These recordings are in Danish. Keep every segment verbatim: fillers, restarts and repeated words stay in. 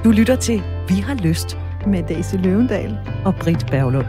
Du lytter til Vi har lyst med Daisy Løvendal og Britt Berglund.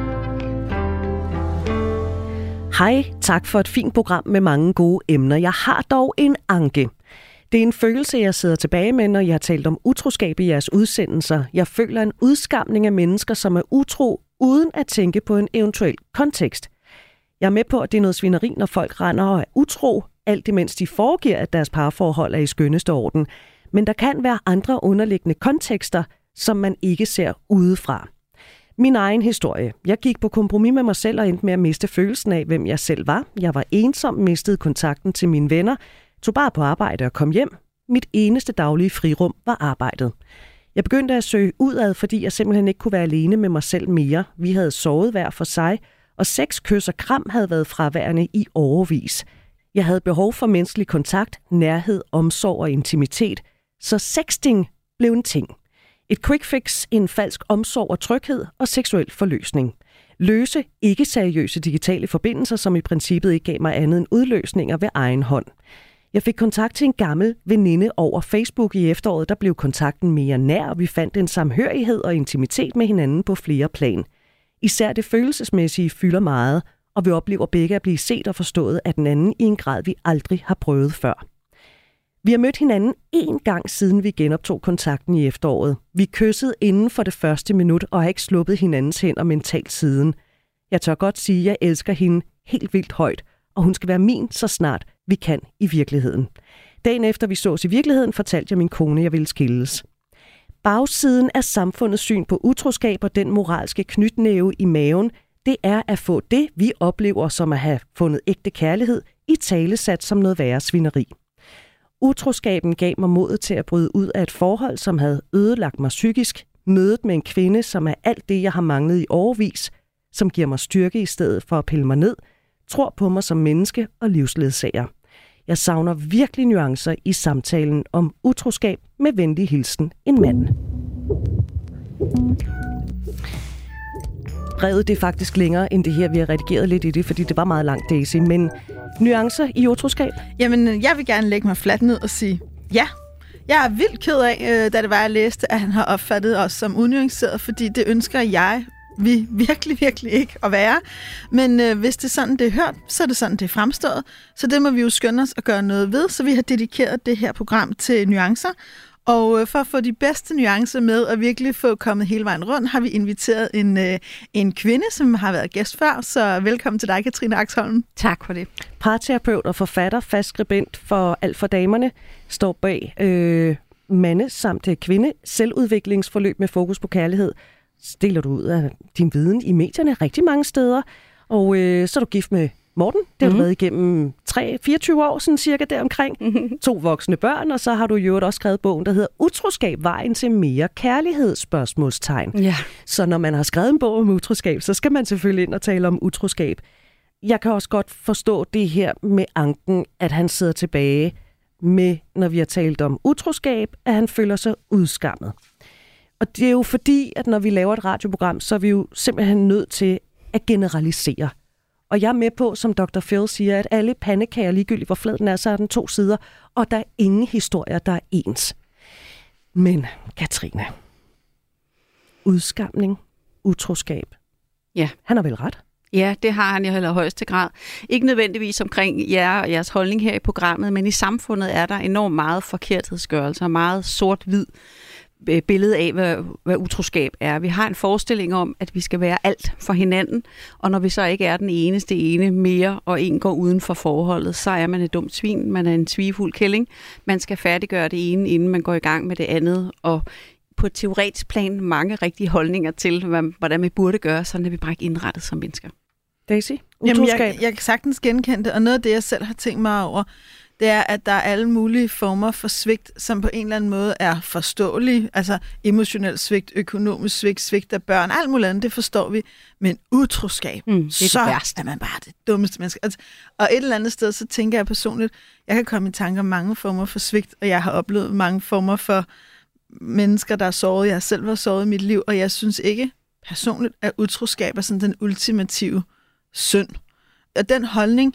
Hej, tak for et fint program med mange gode emner. Jeg har dog en anke. Det er en følelse, jeg sidder tilbage med, når jeg har talt om utroskab i jeres udsendelser. Jeg føler en udskamning af mennesker, som er utro, uden at tænke på en eventuel kontekst. Jeg er med på, at det er noget svineri, når folk render og er utro, alt imens de foregiver, at deres parforhold er i skønneste orden. Men der kan være andre underliggende kontekster, som man ikke ser udefra. Min egen historie. Jeg gik på kompromis med mig selv og endte med at miste følelsen af, hvem jeg selv var. Jeg var ensom, mistede kontakten til mine venner, tog bare på arbejde og kom hjem. Mit eneste daglige frirum var arbejdet. Jeg begyndte at søge udad, fordi jeg simpelthen ikke kunne være alene med mig selv mere. Vi havde sovet hver for sig, og sex, kys og kram havde været fraværende i årevis. Jeg havde behov for menneskelig kontakt, nærhed, omsorg og intimitet, så sexting blev en ting. Et quick fix, en falsk omsorg og tryghed og seksuel forløsning. Løse, ikke-seriøse digitale forbindelser, som i princippet ikke gav mig andet end udløsninger ved egen hånd. Jeg fik kontakt til en gammel veninde over Facebook i efteråret, der blev kontakten mere nær, og vi fandt en samhørighed og intimitet med hinanden på flere plan. Især det følelsesmæssige fylder meget, og vi oplever begge at blive set og forstået af den anden i en grad, vi aldrig har prøvet før. Vi har mødt hinanden én gang siden vi genoptog kontakten i efteråret. Vi kyssede inden for det første minut og har ikke sluppet hinandens hænder mentalt siden. Jeg tør godt sige, at jeg elsker hende helt vildt højt, og hun skal være min så snart vi kan i virkeligheden. Dagen efter vi sås i virkeligheden, fortalte jeg min kone, at jeg ville skilles. Bagsiden af samfundets syn på utroskab og den moralske knytnæve i maven, det er at få det, vi oplever som at have fundet ægte kærlighed, i talesat som noget værre svineri. Utroskaben gav mig modet til at bryde ud af et forhold, som havde ødelagt mig psykisk. Mødet med en kvinde, som er alt det, jeg har manglet i årevis, som giver mig styrke i stedet for at pille mig ned, tror på mig som menneske og livsledsager. Jeg savner virkelig nuancer i samtalen om utroskab. Med venlig hilsen, en mand. Brevet det er faktisk længere end det her. Vi har redigeret lidt i det, fordi det var meget langt, Daisy. Men nuancer i utroskab? Jamen, jeg vil gerne lægge mig fladt ned og sige ja. Jeg er vildt ked af, da det var, jeg læste, at han har opfattet os som unuanceret, fordi det ønsker jeg vi virkelig, virkelig ikke at være. Men øh, hvis det er sådan, det er hørt, så er det sådan, det er fremstået. Så det må vi jo skynde os at gøre noget ved, så vi har dedikeret det her program til nuancer. Og øh, for at få de bedste nuancer med og virkelig få kommet hele vejen rundt, har vi inviteret en, øh, en kvinde, som har været gæst før. Så velkommen til dig, Katrine Axholm. Tak for det. Parterapeut og forfatter, fast skribent for Alt for damerne, står bag øh, mande samt kvinde selvudviklingsforløb med fokus på kærlighed. Deler du ud af din viden i medierne rigtig mange steder, og øh, så er du gift med Morten. Det har mm-hmm. du været igennem tre, fireogtyve år, sådan cirka deromkring. Mm-hmm. To voksne børn, og så har du jo også skrevet bogen, der hedder Utroskab, vejen til mere kærlighed, spørgsmålstegn. Ja. Så når man har skrevet en bog om utroskab, så skal man selvfølgelig ind og tale om utroskab. Jeg kan også godt forstå det her med anken, at han sidder tilbage med, når vi har talt om utroskab, at han føler sig udskammet. Og det er jo fordi, at når vi laver et radioprogram, så er vi jo simpelthen nødt til at generalisere. Og jeg er med på, som doktor Phil siger, at alle pandekager, ligegyldigt hvor flad den er, så er den to sider, og der er ingen historier, der er ens. Men, Katrine, udskamning, utroskab. Ja. Han har vel ret? Ja, det har han i allerhøjeste grad. Ikke nødvendigvis omkring jer og jeres holdning her i programmet, men i samfundet er der enormt meget forkerthedsgørelse og meget sort-hvid billede af, hvad, hvad utroskab er. Vi har en forestilling om, at vi skal være alt for hinanden, og når vi så ikke er den eneste ene mere, og en går uden for forholdet, så er man et dumt svin, man er en svigefuld kælling. Man skal færdiggøre det ene, inden man går i gang med det andet, og på et teoretisk plan mange rigtige holdninger til, hvordan vi burde gøre, sådan at vi bare ikke indrettet som mennesker. Daisy? Jamen, jeg, jeg kan sagtens genkende det, og noget af det, jeg selv har tænkt mig over, det er, at der er alle mulige former for svigt, som på en eller anden måde er forståelige. Altså emotionelt svigt, økonomisk svigt, svigt af børn, alt muligt andet, det forstår vi. Men utroskab, mm, det er så det er man bare det dummeste menneske. Altså, og et eller andet sted, så tænker jeg personligt, jeg kan komme i tanke om mange former for svigt, og jeg har oplevet mange former for mennesker, der er såret. Jeg har selv været såret i mit liv, og jeg synes ikke personligt, at utroskab er sådan den ultimative synd. Og den holdning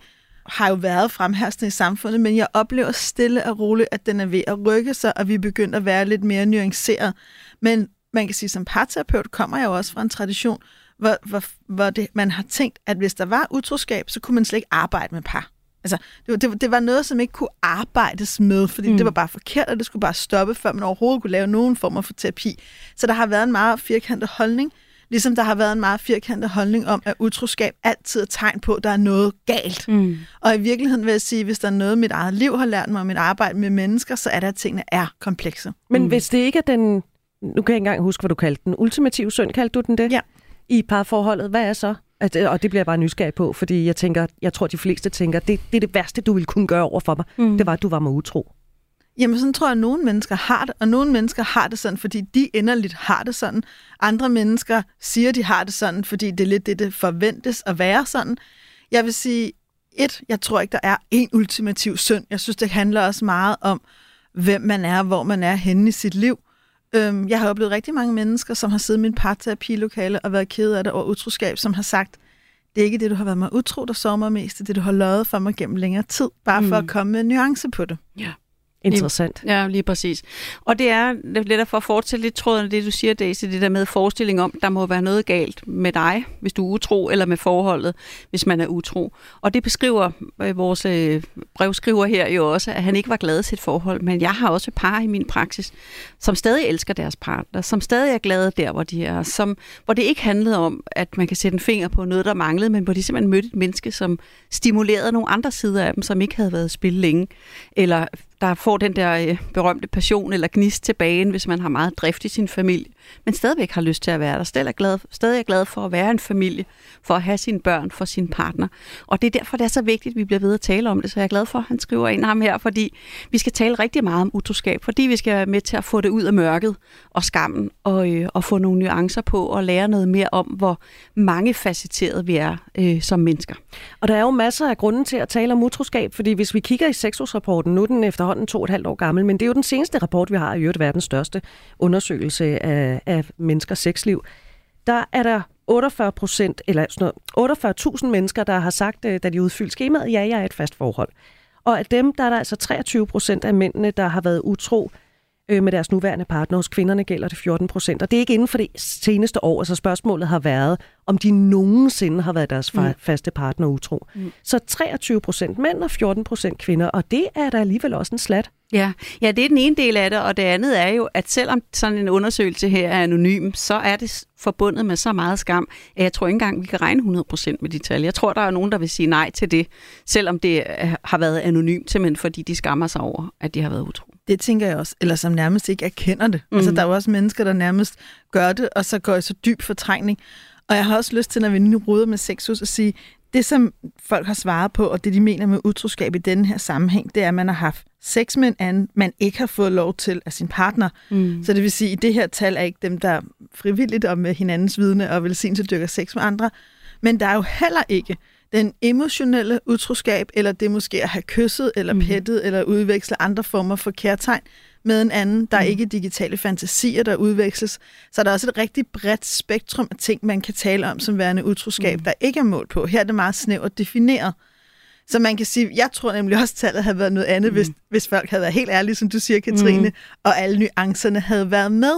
har jo været fremherskende i samfundet, men jeg oplever stille og roligt, at den er ved at rykke sig, og vi er begyndt at være lidt mere nuanceret. Men man kan sige, som parterapeut kommer jeg jo også fra en tradition, hvor, hvor, hvor det, man har tænkt, at hvis der var utroskab, så kunne man slet ikke arbejde med par. Altså, det, det, det var noget, som ikke kunne arbejdes med, fordi mm. det var bare forkert, og det skulle bare stoppe, før man overhovedet kunne lave nogen former for terapi. Så der har været en meget firkantet holdning, ligesom der har været en meget firkantet holdning om, at utroskab altid er tegn på, at der er noget galt. Mm. Og i virkeligheden vil jeg sige, hvis der er noget, mit eget liv har lært mig om mit arbejde med mennesker, så er det, at tingene er komplekse. Men mm. hvis det ikke er den, nu kan jeg ikke engang huske, hvad du kaldte den, ultimative synd, kaldte du den det? Ja. I parforholdet, hvad er så? At, og det bliver jeg bare nysgerrig på, fordi jeg tænker, jeg tror, de fleste tænker, det, det er det værste, du ville kunne gøre over for mig. Mm. Det var, at du var mig utro. Jamen, sådan tror jeg, at nogle mennesker har det, og nogle mennesker har det sådan, fordi de inderligt har det sådan. Andre mennesker siger, de har det sådan, fordi det er lidt det, det forventes at være sådan. Jeg vil sige, et, jeg tror ikke, der er en ultimativ synd. Jeg synes, det handler også meget om, hvem man er, hvor man er henne i sit liv. Jeg har oplevet rigtig mange mennesker, som har siddet i min parterapilokale og været ked af det over utroskab, som har sagt, det er ikke det, du har været mig utro, der sover mig mest, det er det, du har løjet for mig gennem længere tid, bare mm. for at komme med en nuance på det. Ja. Interessant. Lige, ja, lige præcis. Og det er lidt for at fortsætte lidt tråden af det, du siger, Daisy, det der med forestilling om, der må være noget galt med dig, hvis du er utro, eller med forholdet, hvis man er utro. Og det beskriver øh, vores øh, brevskriver her jo også, at han ikke var glad i sit forhold, men jeg har også et par i min praksis, som stadig elsker deres partner, som stadig er glade der, hvor de er, som, hvor det ikke handlede om, at man kan sætte en finger på noget, der manglede, men hvor de simpelthen mødte et menneske, som stimulerede nogle andre sider af dem, som ikke havde været i spil længe, eller der får den der øh, berømte passion eller gnist tilbage, hvis man har meget drift i sin familie, men stadigvæk har lyst til at være der. Stadig er glad, stadig er glad for at være en familie, for at have sine børn, for sin partner. Og det er derfor, det er så vigtigt, at vi bliver ved at tale om det. Så jeg er glad for, at han skriver ind ham her, fordi vi skal tale rigtig meget om utroskab, fordi vi skal være med til at få det ud af mørket og skammen, og, øh, og få nogle nuancer på, og lære noget mere om, hvor mangefacetteret vi er øh, som mennesker. Og der er jo masser af grunde til at tale om utroskab, fordi hvis vi kigger i sexusrapporten, nu er den efterhånden to og et halvt år gammel, men det er jo den seneste rapport, vi har i øvrigt verdens største undersøgelse af, af menneskers sexliv. Der er der otteogfyrre procent, eller sådan noget, otteogfyrre tusind mennesker, der har sagt, da de udfyldte skemaet, ja, jeg er et fast forhold. Og af dem, der er der altså treogtyve procent af mændene, der har været utro øh, med deres nuværende partner. Hos kvinderne gælder det fjorten procent. Og det er ikke inden for det seneste år. Altså spørgsmålet har været, om de nogensinde har været deres mm. faste partner utro. Mm. Så treogtyve procent mænd og fjorten procent kvinder. Og det er der alligevel også en slat. Ja. ja, det er den ene del af det, og det andet er jo, at selvom sådan en undersøgelse her er anonym, så er det forbundet med så meget skam, at jeg tror ikke engang, vi kan regne hundrede procent med de tal. Jeg tror, der er nogen, der vil sige nej til det, selvom det har været anonymt, simpelthen fordi de skammer sig over, at de har været utro. Det tænker jeg også, eller som nærmest ikke erkender det. Mm. Altså, der er jo også mennesker, der nærmest gør det, og så går i så dyb fortrængning. Og jeg har også lyst til, når vi nu ruder med sexus, at sige, det som folk har svaret på, og det de mener med utroskab i denne her sammenhæng, det er, at man har haft sex med en anden, man ikke har fået lov til af sin partner. Mm. Så det vil sige, at det her tal er ikke dem, der frivilligt og med hinandens vidne og velsignelse dyrker sex med andre. Men der er jo heller ikke den emotionelle utroskab, eller det måske at have kysset, eller mm. pettet, eller udveksle andre former for kærtegn med en anden. Der er mm. ikke digitale fantasier, der udveksles. Så der er også et rigtig bredt spektrum af ting, man kan tale om som værende utroskab, mm. der ikke er mål på. Her er det meget snævert defineret. Så man kan sige, jeg tror nemlig også, at tallet havde været noget andet, mm. hvis, hvis folk havde været helt ærlige, som du siger, Katrine, mm. og alle nuancerne havde været med.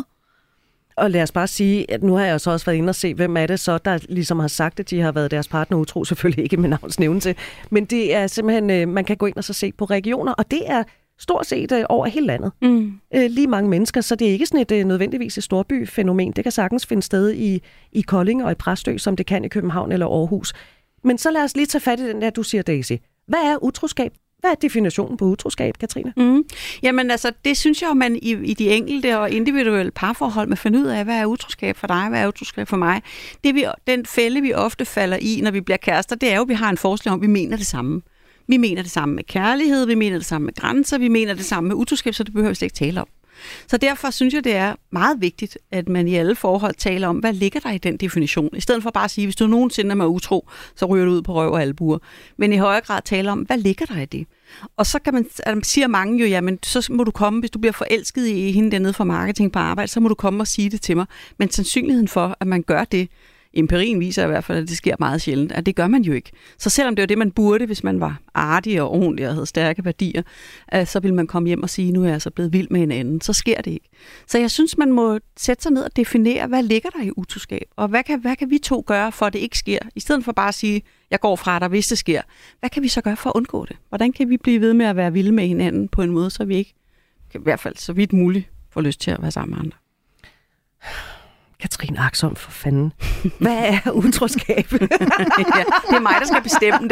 Og lad os bare sige, at nu har jeg også også været inde og se, hvem er det så, der ligesom har sagt, at de har været deres partner utro. Selvfølgelig ikke med navns nævnelse. Men det er simpelthen, man kan gå ind og så se på regioner, og det er stort set over hele landet. Mm. Lige mange mennesker, så det er ikke sådan et nødvendigvis et storbyfænomen. Det kan sagtens finde sted i, i Kolding og i Præstø, som det kan i København eller Aarhus. Men så lad os lige tage fat i den der, du siger, Daisy. Hvad er utroskab? Hvad er definitionen på utroskab, Katrine? Mm. Jamen altså, det synes jeg, man i, i de enkelte og individuelle parforhold med at finde ud af, hvad er utroskab for dig, hvad er utroskab for mig. Det vi, den fælde, vi ofte falder i, når vi bliver kærester, det er jo, at vi har en forestilling om, at vi mener det samme. Vi mener det samme med kærlighed, vi mener det samme med grænser, vi mener det samme med utroskab, så det behøver vi slet ikke tale om. Så derfor synes jeg, det er meget vigtigt, at man i alle forhold taler om, hvad ligger der i den definition. I stedet for bare at sige, hvis du nogensinde er mig utro, så ryger du ud på røv og albuer. Men i højere grad tale om, hvad ligger der i det? Og så kan man, siger mange jo, jamen så må du komme, hvis du bliver forelsket i hende dernede fra marketing på arbejde, så må du komme og sige det til mig. Men sandsynligheden for, at man gør det, empirien viser i hvert fald, at det sker meget sjældent, at det gør man jo ikke. Så selvom det var det, man burde, hvis man var artig og ordentlig og havde stærke værdier, så ville man komme hjem og sige, nu er jeg altså blevet vild med hinanden. Så sker det ikke. Så jeg synes, man må sætte sig ned og definere, hvad ligger der i utroskab, og hvad kan, hvad kan vi to gøre, for at det ikke sker? I stedet for bare at sige, jeg går fra dig, hvis det sker. Hvad kan vi så gøre for at undgå det? Hvordan kan vi blive ved med at være vilde med hinanden på en måde, så vi ikke, i hvert fald så vidt muligt, får lyst til at være sammen med andre? Katrine Axholm, for fanden. Hvad er utroskab? Ja, det er mig, der skal bestemme det.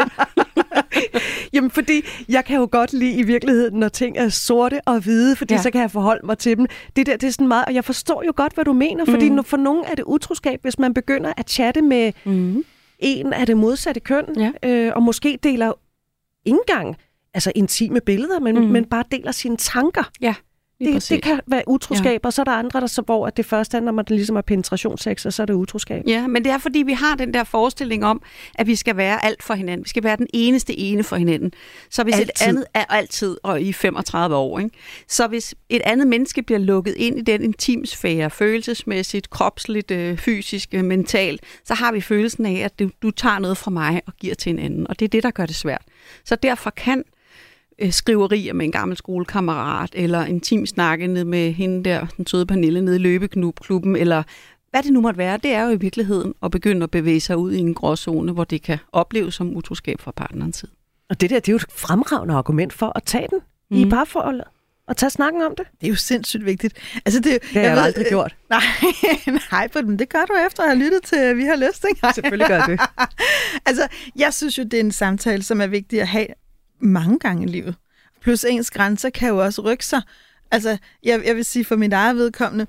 Jamen, fordi jeg kan jo godt lide i virkeligheden, når ting er sorte og hvide, fordi ja. så kan jeg forholde mig til dem. Det der, det er sådan meget, og jeg forstår jo godt, hvad du mener, fordi mm. for nogen er det utroskab, hvis man begynder at chatte med mm. en af det modsatte køn, ja. øh, og måske deler ikke engang altså intime billeder, men, mm. men bare deler sine tanker. Ja. Det, det kan være utroskab, ja. og så er der andre, der så, hvor at det første er, når man ligesom er penetrationssex, og så er det utroskab. Ja, men det er, fordi vi har den der forestilling om, at vi skal være alt for hinanden. Vi skal være den eneste ene for hinanden. Så hvis altid. et andet er altid, og i femogtredive år, ikke? Så hvis et andet menneske bliver lukket ind i den intimsfære, følelsesmæssigt, kropsligt, øh, fysisk, øh, mentalt, så har vi følelsen af, at du, du tager noget fra mig og giver til en anden. Og det er det, der gør det svært. Så derfor kan skriverier med en gammel skolekammerat, eller intim snakke ned med hende der, den søde Pernille, nede i løbeklubben, eller hvad det nu måtte være, det er jo i virkeligheden at begynde at bevæge sig ud i en gråzone, hvor det kan opleves som utroskab fra partnerens side. Og det der, det er jo et fremragende argument for at tage den mm. i parforholdet, og tage snakken om det. Det er jo sindssygt vigtigt. Altså, det, det har jeg, jeg ved, aldrig gjort. Nej, nej, men det gør du efter at have lyttet til, Vi har lyst, ikke? Selvfølgelig gør det. Altså, jeg synes jo, det er en samtale, som er vigtig at have mange gange i livet. Plus ens grænser kan jo også rykke sig. Altså, jeg, jeg vil sige, for mit eget vedkommende,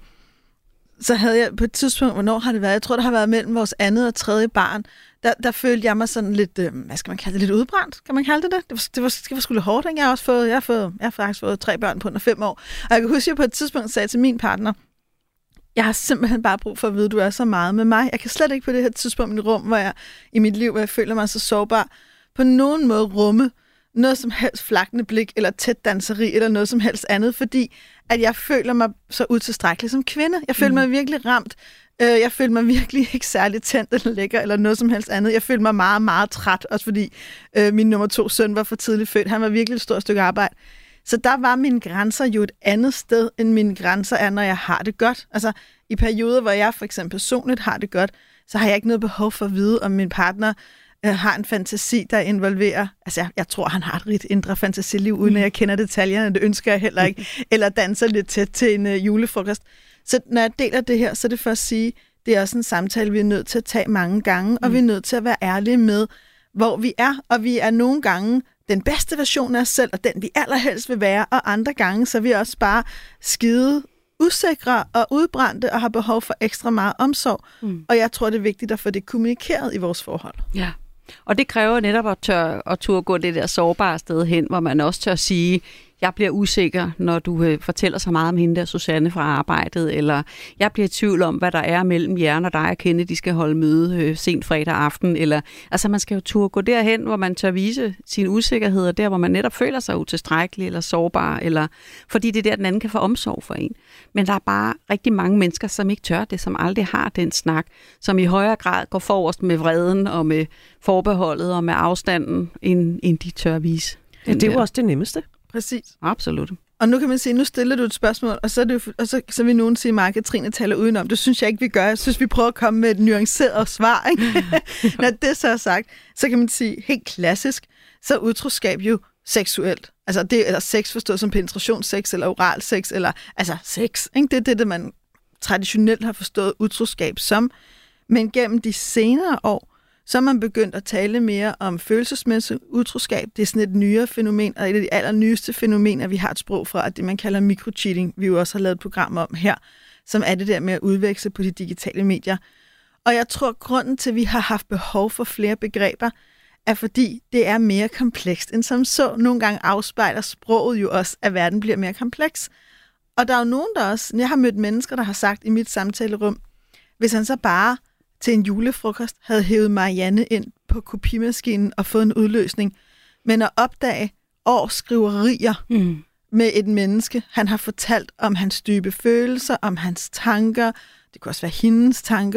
så havde jeg på et tidspunkt, hvornår har det været? Jeg tror, det har været mellem vores andet og tredje barn. Der, der følte jeg mig sådan lidt, øh, hvad skal man kalde det, lidt udbrændt? Kan man kalde det det? Det var, det var, det var sgu lidt hårdt, ikke? Jeg har også fået, jeg har, fået, jeg har faktisk fået tre børn på under fem år. Og jeg kan huske, at jeg på et tidspunkt sagde til min partner, jeg har simpelthen bare brug for at vide, at du er så meget med mig. Jeg kan slet ikke på det her tidspunkt i mit rum, hvor jeg, i mit liv, hvor jeg føler mig så sårbar, på nogen måde rumme noget som helst flakkende blik, eller tæt danseri, eller noget som helst andet, fordi at jeg føler mig så utilstrækkelig som kvinde. Jeg føler mm. mig virkelig ramt. Jeg føler mig virkelig ikke særlig tændt eller lækker, eller noget som helst andet. Jeg føler mig meget, meget træt, også fordi øh, min nummer to søn var for tidligt født. Han var virkelig et stort stykke arbejde. Så der var mine grænser jo et andet sted, end mine grænser er, når jeg har det godt. Altså, i perioder, hvor jeg for eksempel personligt har det godt, så har jeg ikke noget behov for at vide, om min partner har en fantasi, der involverer, altså jeg, jeg tror, han har et rigt indre fantasiliv, uden at jeg kender detaljerne, det ønsker jeg heller ikke, eller danser lidt tæt til en uh, julefrokost. Så når jeg deler det her, så er det for at sige, det er også en samtale, vi er nødt til at tage mange gange, mm. og vi er nødt til at være ærlige med, hvor vi er, og vi er nogle gange den bedste version af os selv, og den vi allerhelst vil være, og andre gange, så er vi også bare skide usikre og udbrændte, og har behov for ekstra meget omsorg. Mm. Og jeg tror, det er vigtigt at få det kommunikeret i vores forhold. Ja. Og det kræver netop at, tør, at turde gå det der sårbare sted hen, hvor man også tør sige, jeg bliver usikker, når du øh, fortæller så meget om hende der, Susanne fra arbejdet, eller jeg bliver i tvivl om, hvad der er mellem jer, når dig og Kende, de skal holde møde øh, sent fredag aften. Eller, altså man skal jo turde gå derhen, hvor man tør vise sine usikkerheder, der hvor man netop føler sig utilstrækkelig eller sårbar, eller, fordi det er der, den anden kan få omsorg for en. Men der er bare rigtig mange mennesker, som ikke tør det, som aldrig har den snak, som i højere grad går forrest med vreden og med forbeholdet og med afstanden, end, end de tør vise. Ja, det er jo også det nemmeste. Præcis. Absolut. Og nu kan man sige, nu stiller du et spørgsmål, og så, er det jo, og så, så vil nogen sige, at Katrine taler udenom. Det synes jeg ikke, vi gør. Jeg synes, vi prøver at komme med et nuanceret svar. Ikke? Når det så er sagt, så kan man sige, helt klassisk, så er utroskab jo seksuelt. Altså det eller sex forstået som penetrationssex, eller oralsex, eller altså sex. Ikke? Det er det, det, man traditionelt har forstået utroskab som. Men gennem de senere år, så er man begyndt at tale mere om følelsesmæssigt utroskab. Det er sådan et nyere fænomen, og et af de allernyeste fænomener, vi har et sprog fra, at det man kalder microcheating, vi jo også har lavet et program om her, som er det der med at udveksle på de digitale medier. Og jeg tror, grunden til, at vi har haft behov for flere begreber, er fordi det er mere komplekst end som så. Nogle gange afspejler sproget jo også, at verden bliver mere kompleks. Og der er jo nogen, der også, jeg har mødt mennesker, der har sagt i mit samtalerum, hvis han så bare til en julefrokost havde hævet Marianne ind på kopimaskinen og fået en udløsning, men at opdage årsskriverier mm. med et menneske, han har fortalt om hans dybe følelser, om hans tanker, det kunne også være hendes tanker,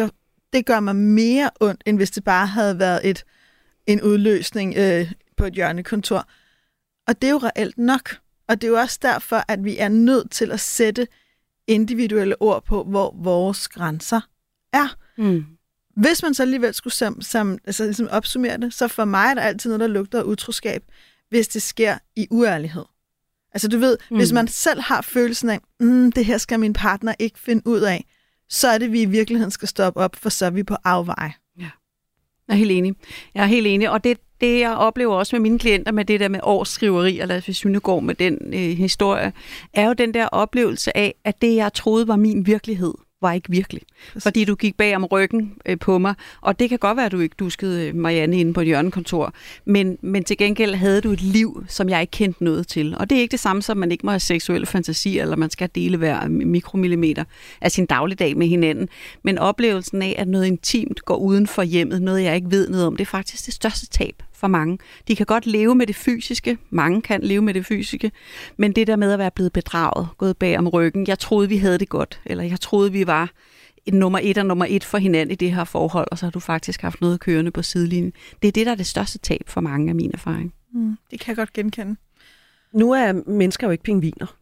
det gør mig mere ondt, end hvis det bare havde været et, en udløsning øh, på et hjørnekontor. Og det er jo reelt nok. Og det er jo også derfor, at vi er nødt til at sætte individuelle ord på, hvor vores grænser er. Mm. Hvis man så alligevel skulle sam, sam, altså ligesom opsummere det, så for mig er der altid noget, der lugter af utroskab, hvis det sker i uærlighed. Altså du ved, mm. hvis man selv har følelsen af, mm, det her skal min partner ikke finde ud af, så er det, vi i virkeligheden skal stoppe op, for så er vi på afveje. Ja. Jeg er helt enig. Jeg er helt enig, og det, det jeg oplever også med mine klienter, med det der med årsskriveri, eller hvis vi nu går med den øh, historie, er jo den der oplevelse af, at det, jeg troede var min virkelighed, var ikke virkelig. Fordi du gik bag om ryggen øh, på mig, og det kan godt være, at du ikke duskede Marianne inde på et hjørnekontor, men, men til gengæld havde du et liv, som jeg ikke kendte noget til. Og det er ikke det samme som, man ikke må have seksuelle fantasier, eller man skal dele hver mikromillimeter af sin dagligdag med hinanden. Men oplevelsen af, at noget intimt går uden for hjemmet, noget jeg ikke ved noget om, det er faktisk det største tab for mange. De kan godt leve med det fysiske. Mange kan leve med det fysiske. Men det der med at være blevet bedraget, gået bag om ryggen, jeg troede, vi havde det godt, eller jeg troede, vi var et nummer et og nummer et for hinanden i det her forhold, og så har du faktisk haft noget kørende på sidelinjen. Det er det, der er det største tab for mange af min erfaring. Mm, det kan jeg godt genkende. Nu er mennesker jo ikke pingviner.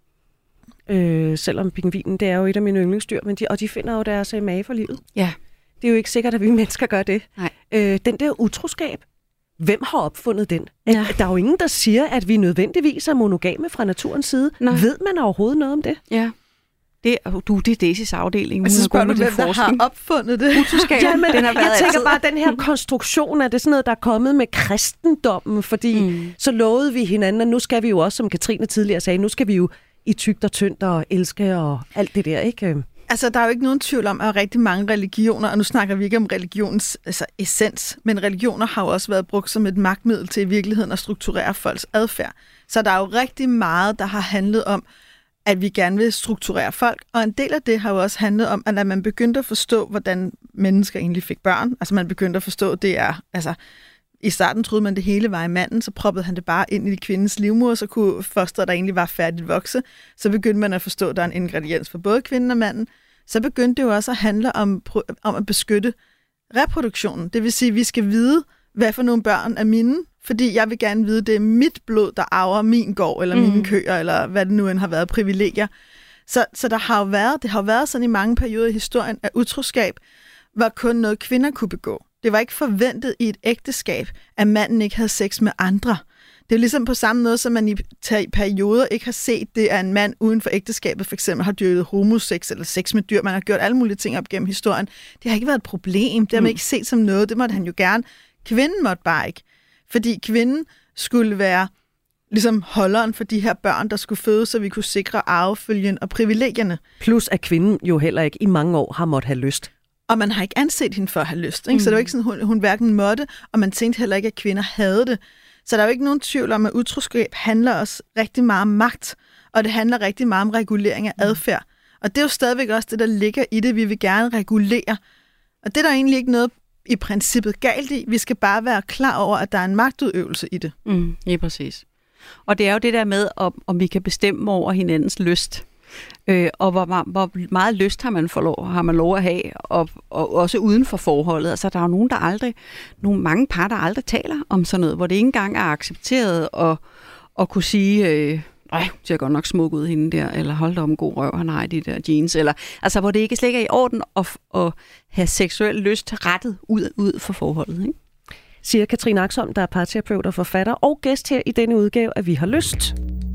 Øh, selvom pingvinen, det er jo et af mine yndlingsdyr, men de, og de finder jo deres øh, mage for livet. Ja. Det er jo ikke sikkert, at vi mennesker gør det. Nej. Øh, den der utroskab, hvem har opfundet den? Ja. Der er jo ingen, der siger, at vi nødvendigvis er monogame fra naturens side. Nej. Ved man overhovedet noget om det? Ja. Det, du, det er Daisys afdeling. Og så spørger du, hvem der har opfundet det? Utroskab. Ja, men den har været jeg tænker altid. bare, den her konstruktion, er det sådan noget, der er kommet med kristendommen? Fordi mm. så lovede vi hinanden, at nu skal vi jo også, som Katrine tidligere sagde, nu skal vi jo i tygt og tyndt og elske og alt det der, ikke? Altså, der er jo ikke nogen tvivl om, at rigtig mange religioner, og nu snakker vi ikke om religionens altså, essens, men religioner har jo også været brugt som et magtmiddel til i virkeligheden at strukturere folks adfærd. Så der er jo rigtig meget, der har handlet om, at vi gerne vil strukturere folk, og en del af det har jo også handlet om, at man begyndte at forstå, hvordan mennesker egentlig fik børn. Altså, man begyndte at forstå, at det er... Altså, i starten troede man, det hele var i manden, så proppede han det bare ind i kvindens livmoder, så kunne fosteret, der egentlig var færdigt vokse. Så begyndte man at forstå, at der er en ingrediens for både kvinden og manden. Så begyndte det jo også at handle om, om at beskytte reproduktionen. Det vil sige, at vi skal vide, hvad for nogle børn er mine, fordi jeg vil gerne vide, at det er mit blod, der arver min gård, eller mm. mine køer, eller hvad det nu end har været, privilegier. Så, så der har jo været, det har jo været sådan i mange perioder i historien, at utroskab var kun noget, kvinder kunne begå. Det var ikke forventet i et ægteskab, at manden ikke havde sex med andre. Det er ligesom på samme måde, som man i perioder ikke har set det, at en mand uden for ægteskabet for eksempel har dyrket homosex eller sex med dyr. Man har gjort alle mulige ting op gennem historien. Det har ikke været et problem. Det har man ikke set som noget. Det måtte han jo gerne. Kvinden måtte bare ikke. Fordi kvinden skulle være ligesom holderen for de her børn, der skulle fødes, så vi kunne sikre arvefølgen og privilegierne. Plus at kvinden jo heller ikke i mange år har måttet have lyst. Og man har ikke anset hende for at have lyst. Ikke? Mm. Så det var ikke sådan, hun, hun hverken måtte, og man tænkte heller ikke, at kvinder havde det. Så der er jo ikke nogen tvivl om, at utroskab handler også rigtig meget om magt, og det handler rigtig meget om regulering af adfærd. Og det er jo stadigvæk også det, der ligger i det, vi vil gerne regulere. Og det er der egentlig ikke noget i princippet galt i. Vi skal bare være klar over, at der er en magtudøvelse i det. Mm, ja, præcis. Og det er jo det der med, om, om vi kan bestemme over hinandens lyst. Øh, og hvor, hvor meget lyst har man, for lov, har man lov at have, og, og også uden for forholdet. Altså, der er jo nogen, der aldrig, nogle mange par, der aldrig taler om sådan noget, hvor det ikke engang er accepteret at, at kunne sige, øh, nej, det ser godt nok smuk ud hende der, eller hold da om god røv, han har i de der jeans, eller, altså, hvor det ikke slet ikke er i orden at, at have seksuel lyst rettet ud, ud for forholdet, ikke? Siger Katrine Axholm, der er parterapeut og forfatter og gæst her i denne udgave af Vi har lyst.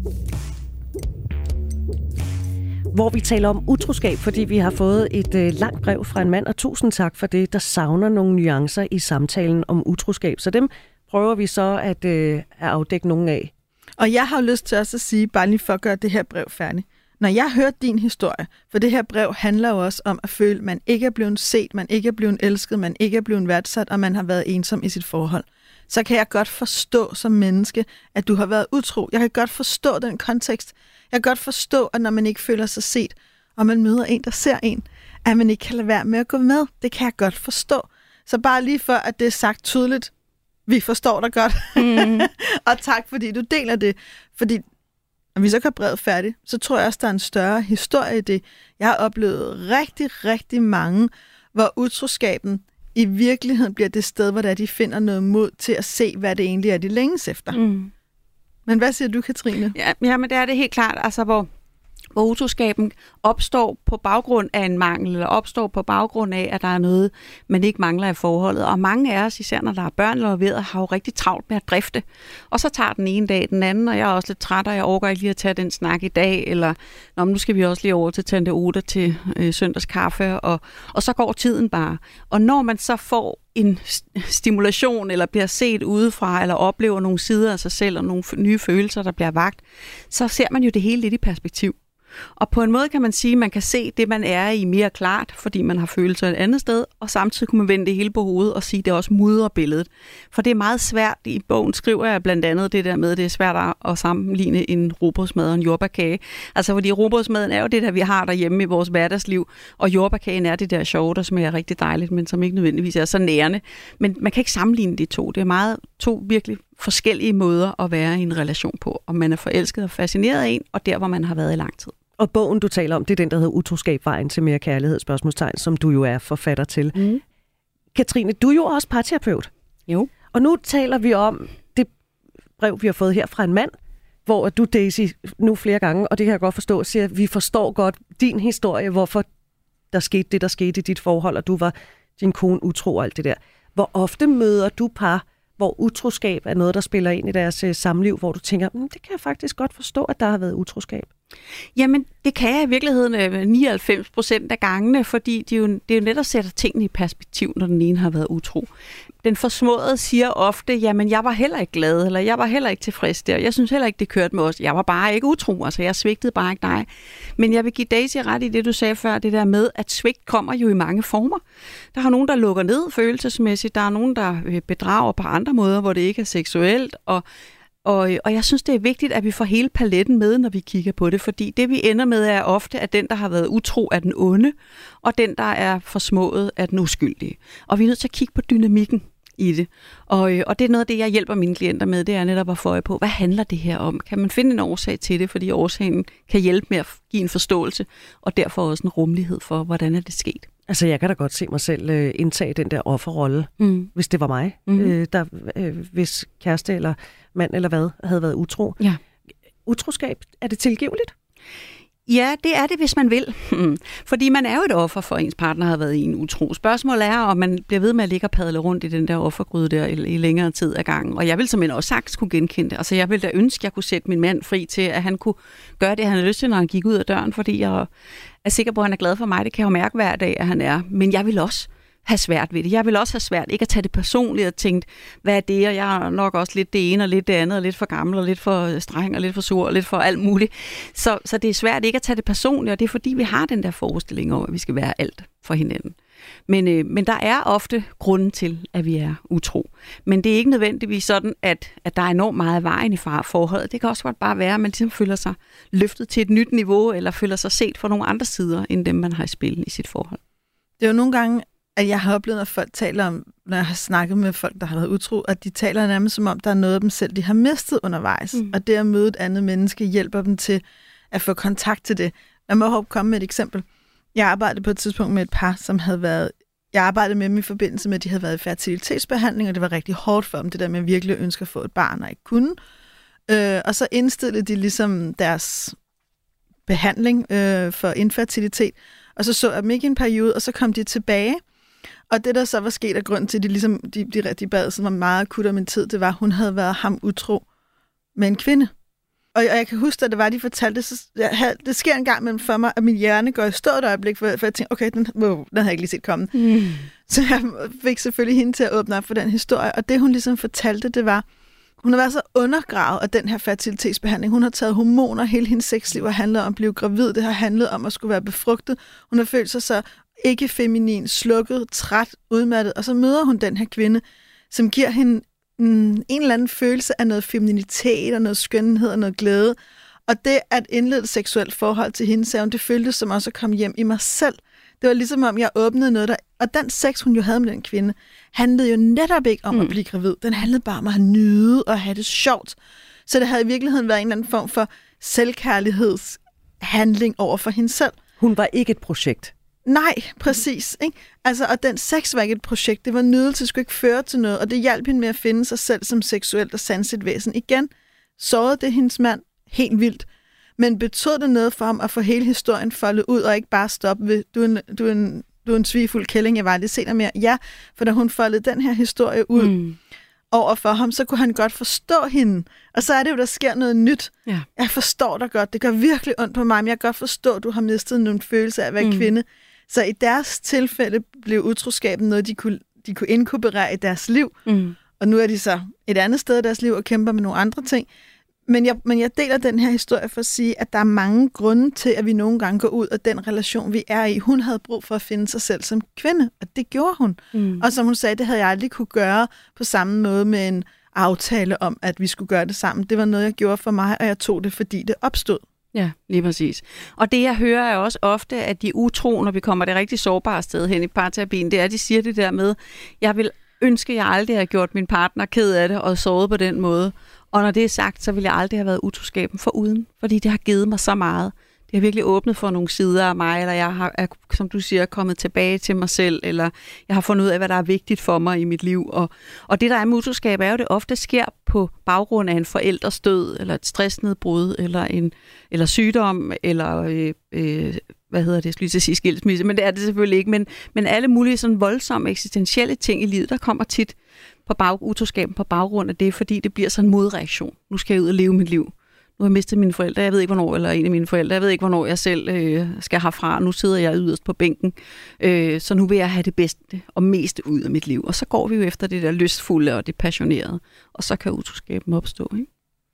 Hvor vi taler om utroskab, fordi vi har fået et øh, langt brev fra en mand, og tusind tak for det, der savner nogle nuancer i samtalen om utroskab. Så dem prøver vi så at, øh, at afdække nogle af. Og jeg har jo lyst til også at sige, bare lige for at gøre det her brev færdigt. Når jeg hører din historie, for det her brev handler jo også om at føle, at man ikke er blevet set, man ikke er blevet elsket, man ikke er blevet værdsat, og man har været ensom i sit forhold, så kan jeg godt forstå som menneske, at du har været utro. Jeg kan godt forstå den kontekst. Jeg kan godt forstå, at når man ikke føler sig set, og man møder en, der ser en, at man ikke kan lade være med at gå med. Det kan jeg godt forstå. Så bare lige for, at det er sagt tydeligt, vi forstår dig godt. Mm. Og tak, fordi du deler det. Fordi når vi så kan brevet færdigt, så tror jeg også, der er en større historie i det. Jeg har oplevet rigtig, rigtig mange, hvor utroskaben i virkeligheden bliver det sted, hvor der de finder noget mod til at se, hvad det egentlig er, de længes efter. Mm. Men hvad siger du, Katrine? Ja, ja, men det er det helt klart, altså hvor, hvor utroskaben opstår på baggrund af en mangel, eller opstår på baggrund af, at der er noget, man ikke mangler i forholdet. Og mange af os, især når der er børn involveret, har jo rigtig travlt med at drifte. Og så tager den ene dag den anden, og jeg er også lidt træt, og jeg overgår ikke lige at tage den snak i dag, eller Nå, nu skal vi også lige over til Tante Oda til øh, søndagskaffe, og, og så går tiden bare. Og når man så får en stimulation, eller bliver set udefra, eller oplever nogle sider af sig selv, og nogle nye følelser, der bliver vakt, så ser man jo det hele lidt i perspektiv. Og på en måde kan man sige, at man kan se det, man er i mere klart, fordi man har følelser et andet sted, og samtidig kunne man vende det hele på hovedet og sige, at det også mudrer billedet. For det er meget svært. I bogen skriver jeg blandt andet det der med, at det er svært at sammenligne en rugbrødsmad og en jordbærkage. Altså fordi rugbrødsmaden er jo det der, vi har derhjemme i vores hverdagsliv, og jordbærkagen er det der sjove, der smager rigtig dejligt, men som ikke nødvendigvis er så nærende. Men man kan ikke sammenligne de to. Det er meget to virkelig forskellige måder at være i en relation på, om man er forelsket og fascineret af en, og der, hvor man har været i lang tid. Og bogen, du taler om, det er den, der hedder Utroskab, vejen til mere kærlighed, spørgsmålstegn, som du jo er forfatter til. Mm. Katrine, du er jo også parterapeut. Jo. Og nu taler vi om det brev, vi har fået her fra en mand, hvor du, Daisy, nu flere gange, og det kan jeg godt forstå, siger, at vi forstår godt din historie, hvorfor der skete det, der skete i dit forhold, og du var din kone utro og alt det der. Hvor ofte møder du par, hvor utroskab er noget, der spiller ind i deres øh, samliv, hvor du tænker, mm, det kan jeg faktisk godt forstå, at der har været utroskab? Jamen, det kan jeg i virkeligheden nioghalvfems procent af gangene, fordi det jo, det jo netop sætter tingene i perspektiv, når den ene har været utro. Den forsmåede siger ofte, jamen jeg var heller ikke glad, eller jeg var heller ikke tilfreds der. Jeg synes heller ikke, det kørte med os. Jeg var bare ikke utro, altså jeg svigtede bare ikke dig. Men jeg vil give Daisy ret i det, du sagde før, det der med, at svigt kommer jo i mange former. Der er nogen, der lukker ned følelsesmæssigt, der er nogen, der bedrager på andre måder, hvor det ikke er seksuelt, og Og, og jeg synes, det er vigtigt, at vi får hele paletten med, når vi kigger på det, fordi det, vi ender med, er ofte, at den, der har været utro, er den onde, og den, der er forsmået, er den uskyldige. Og vi er nødt til at kigge på dynamikken i det. Og, og det er noget af det, jeg hjælper mine klienter med, det er netop at få øje på, hvad handler det her om? Kan man finde en årsag til det, fordi årsagen kan hjælpe med at give en forståelse, og derfor også en rummelighed for, hvordan er det sket. Altså, jeg kan da godt se mig selv øh, indtage den der offerrolle, mm. hvis det var mig, mm. øh, der, øh, hvis kæreste eller mand eller hvad havde været utro. Ja. Utroskab, er det tilgiveligt? Ja, det er det, hvis man vil. Fordi man er jo et offer for, ens partner har været i en utro. Spørgsmålet er, om man bliver ved med at ligge og padle rundt i den der offergryde der i, i længere tid ad gangen. Og jeg vil simpelthen også sagtens kunne genkende det. Altså, jeg ville da ønske, at jeg kunne sætte min mand fri til, at han kunne gøre det, han havde lyst til, når han gik ud af døren. Fordi jeg er sikker på, at han er glad for mig. Det kan jeg jo mærke hver dag, at han er. Men jeg vil også have svært ved det. Jeg vil også have svært ikke at tage det personligt og tænke, hvad er det, og jeg er nok også lidt det ene og lidt det andet, og lidt for gammel og lidt for streng og lidt for sur og lidt for alt muligt. Så, så det er svært ikke at tage det personligt, og det er fordi, vi har den der forestilling om, at vi skal være alt for hinanden. Men, øh, men der er ofte grunden til, at vi er utro. Men det er ikke nødvendigvis sådan, at, at der er enormt meget vejen i forholdet. Det kan også godt bare være, at man ligesom føler sig løftet til et nyt niveau, eller føler sig set fra nogle andre sider, end dem, man har i spil i sit forhold. Det er jo nogle gange, at jeg har oplevet, at folk taler om, når jeg har snakket med folk, der har været utro, at de taler nærmest som om, der er noget af dem selv, de har mistet undervejs. Mm. Og det at møde et andet menneske hjælper dem til at få kontakt til det. Jeg må håbe komme med et eksempel. Jeg arbejdede på et tidspunkt med et par, som havde været... Jeg arbejdede med dem i forbindelse med, at de havde været i fertilitetsbehandling, og det var rigtig hårdt for dem, det der med at virkelig ønske at få et barn, og ikke kunne. Øh, og så indstillede de ligesom deres behandling øh, for infertilitet, og så så jeg dem ikke i en periode, og så kom de tilbage. Og det, der så var sket af grund til, at de, ligesom, de, de, de bad, som var meget akut om en tid, det var, at hun havde været ham utro med en kvinde. Og, og jeg kan huske, at det var, de fortalte, så jeg, det sker en gang mellem for mig, at min hjerne går i stå et øjeblik, for, for jeg tænkte, okay, den, wow, den havde jeg ikke lige set komme. Mm. Så jeg fik selvfølgelig hende til at åbne op for den historie, og det, hun ligesom fortalte, det var, hun har været så undergravet af den her fertilitetsbehandling. Hun har taget hormoner, hele hendes sexliv har handlet om at blive gravid, det har handlet om at skulle være befrugtet. Hun har følt sig så ikke feminin, slukket, træt, udmattet, og så møder hun den her kvinde, som giver hende mm, en eller anden følelse af noget femininitet og noget skønhed og noget glæde. Og det at indlede et seksuelt forhold til hende, sagde hun, det føltes som også at komme hjem i mig selv. Det var ligesom om, jeg åbnede noget der. Og den sex, hun jo havde med den kvinde, handlede jo netop ikke om mm. at blive gravid. Den handlede bare om at nyde og have det sjovt. Så det havde i virkeligheden været en eller anden form for selvkærlighedshandling over for hende selv. Hun var ikke et projekt. Nej, præcis. Ikke? Altså, og den sex var ikke et projekt. Det var nydelse, skulle ikke føre til noget, og det hjalp hende med at finde sig selv som seksuelt og sanseligt væsen. Igen, sårede det hendes mand helt vildt, men betød det noget for ham at få hele historien foldet ud, og ikke bare stoppe ved, du er en, du er en, du er en svigfuld kælling, jeg var aldrig set dig mere. Ja, for da hun foldede den her historie ud mm. over for ham, så kunne han godt forstå hende. Og så er det jo, der sker noget nyt. Ja. Jeg forstår dig godt. Det gør virkelig ondt på mig, men jeg kan godt forstå, at du har mistet nogle følelser af at være mm. kvinde. Så i deres tilfælde blev utroskaben noget, de kunne, de kunne inkorporere i deres liv. Mm. Og nu er de så et andet sted i deres liv og kæmper med nogle andre ting. Men jeg, men jeg deler den her historie for at sige, at der er mange grunde til, at vi nogle gange går ud af den relation, vi er i. Hun havde brug for at finde sig selv som kvinde, og det gjorde hun. Mm. Og som hun sagde, det havde jeg aldrig kunne gøre på samme måde med en aftale om, at vi skulle gøre det sammen. Det var noget, jeg gjorde for mig, og jeg tog det, fordi det opstod. Ja, lige præcis. Og det, jeg hører, er også ofte, at de utro, når vi kommer det rigtig sårbare sted hen i parterapien, det er, at de siger det der med, jeg vil ønske, at jeg aldrig har gjort min partner ked af det og såret på den måde. Og når det er sagt, så vil jeg aldrig have været utroskaben foruden, fordi det har givet mig så meget. Det har virkelig åbnet for nogle sider af mig, eller jeg har, er, som du siger, kommet tilbage til mig selv, eller jeg har fundet ud af, hvad der er vigtigt for mig i mit liv. Og, og det, der er med utroskab, er jo, det ofte sker på baggrund af en forældres død, eller et stressnedbrud, eller en eller sygdom, eller øh, øh, hvad hedder det, jeg skulle lige til at sige skilsmisse, men det er det selvfølgelig ikke. Men, men alle mulige sådan voldsomme eksistentielle ting i livet, der kommer tit på bag, utroskaben på baggrund af det, fordi det bliver sådan en modreaktion. Nu skal jeg ud og leve mit liv. Nu har jeg mistet mine forældre, jeg ved ikke hvornår, eller en af mine forældre, jeg ved ikke hvornår jeg selv øh, skal herfra. Nu sidder jeg yderst på bænken, øh, så nu vil jeg have det bedste og meste ud af mit liv. Og så går vi jo efter det der lystfulde og det passionerede, og så kan utroskaben opstå. Ikke?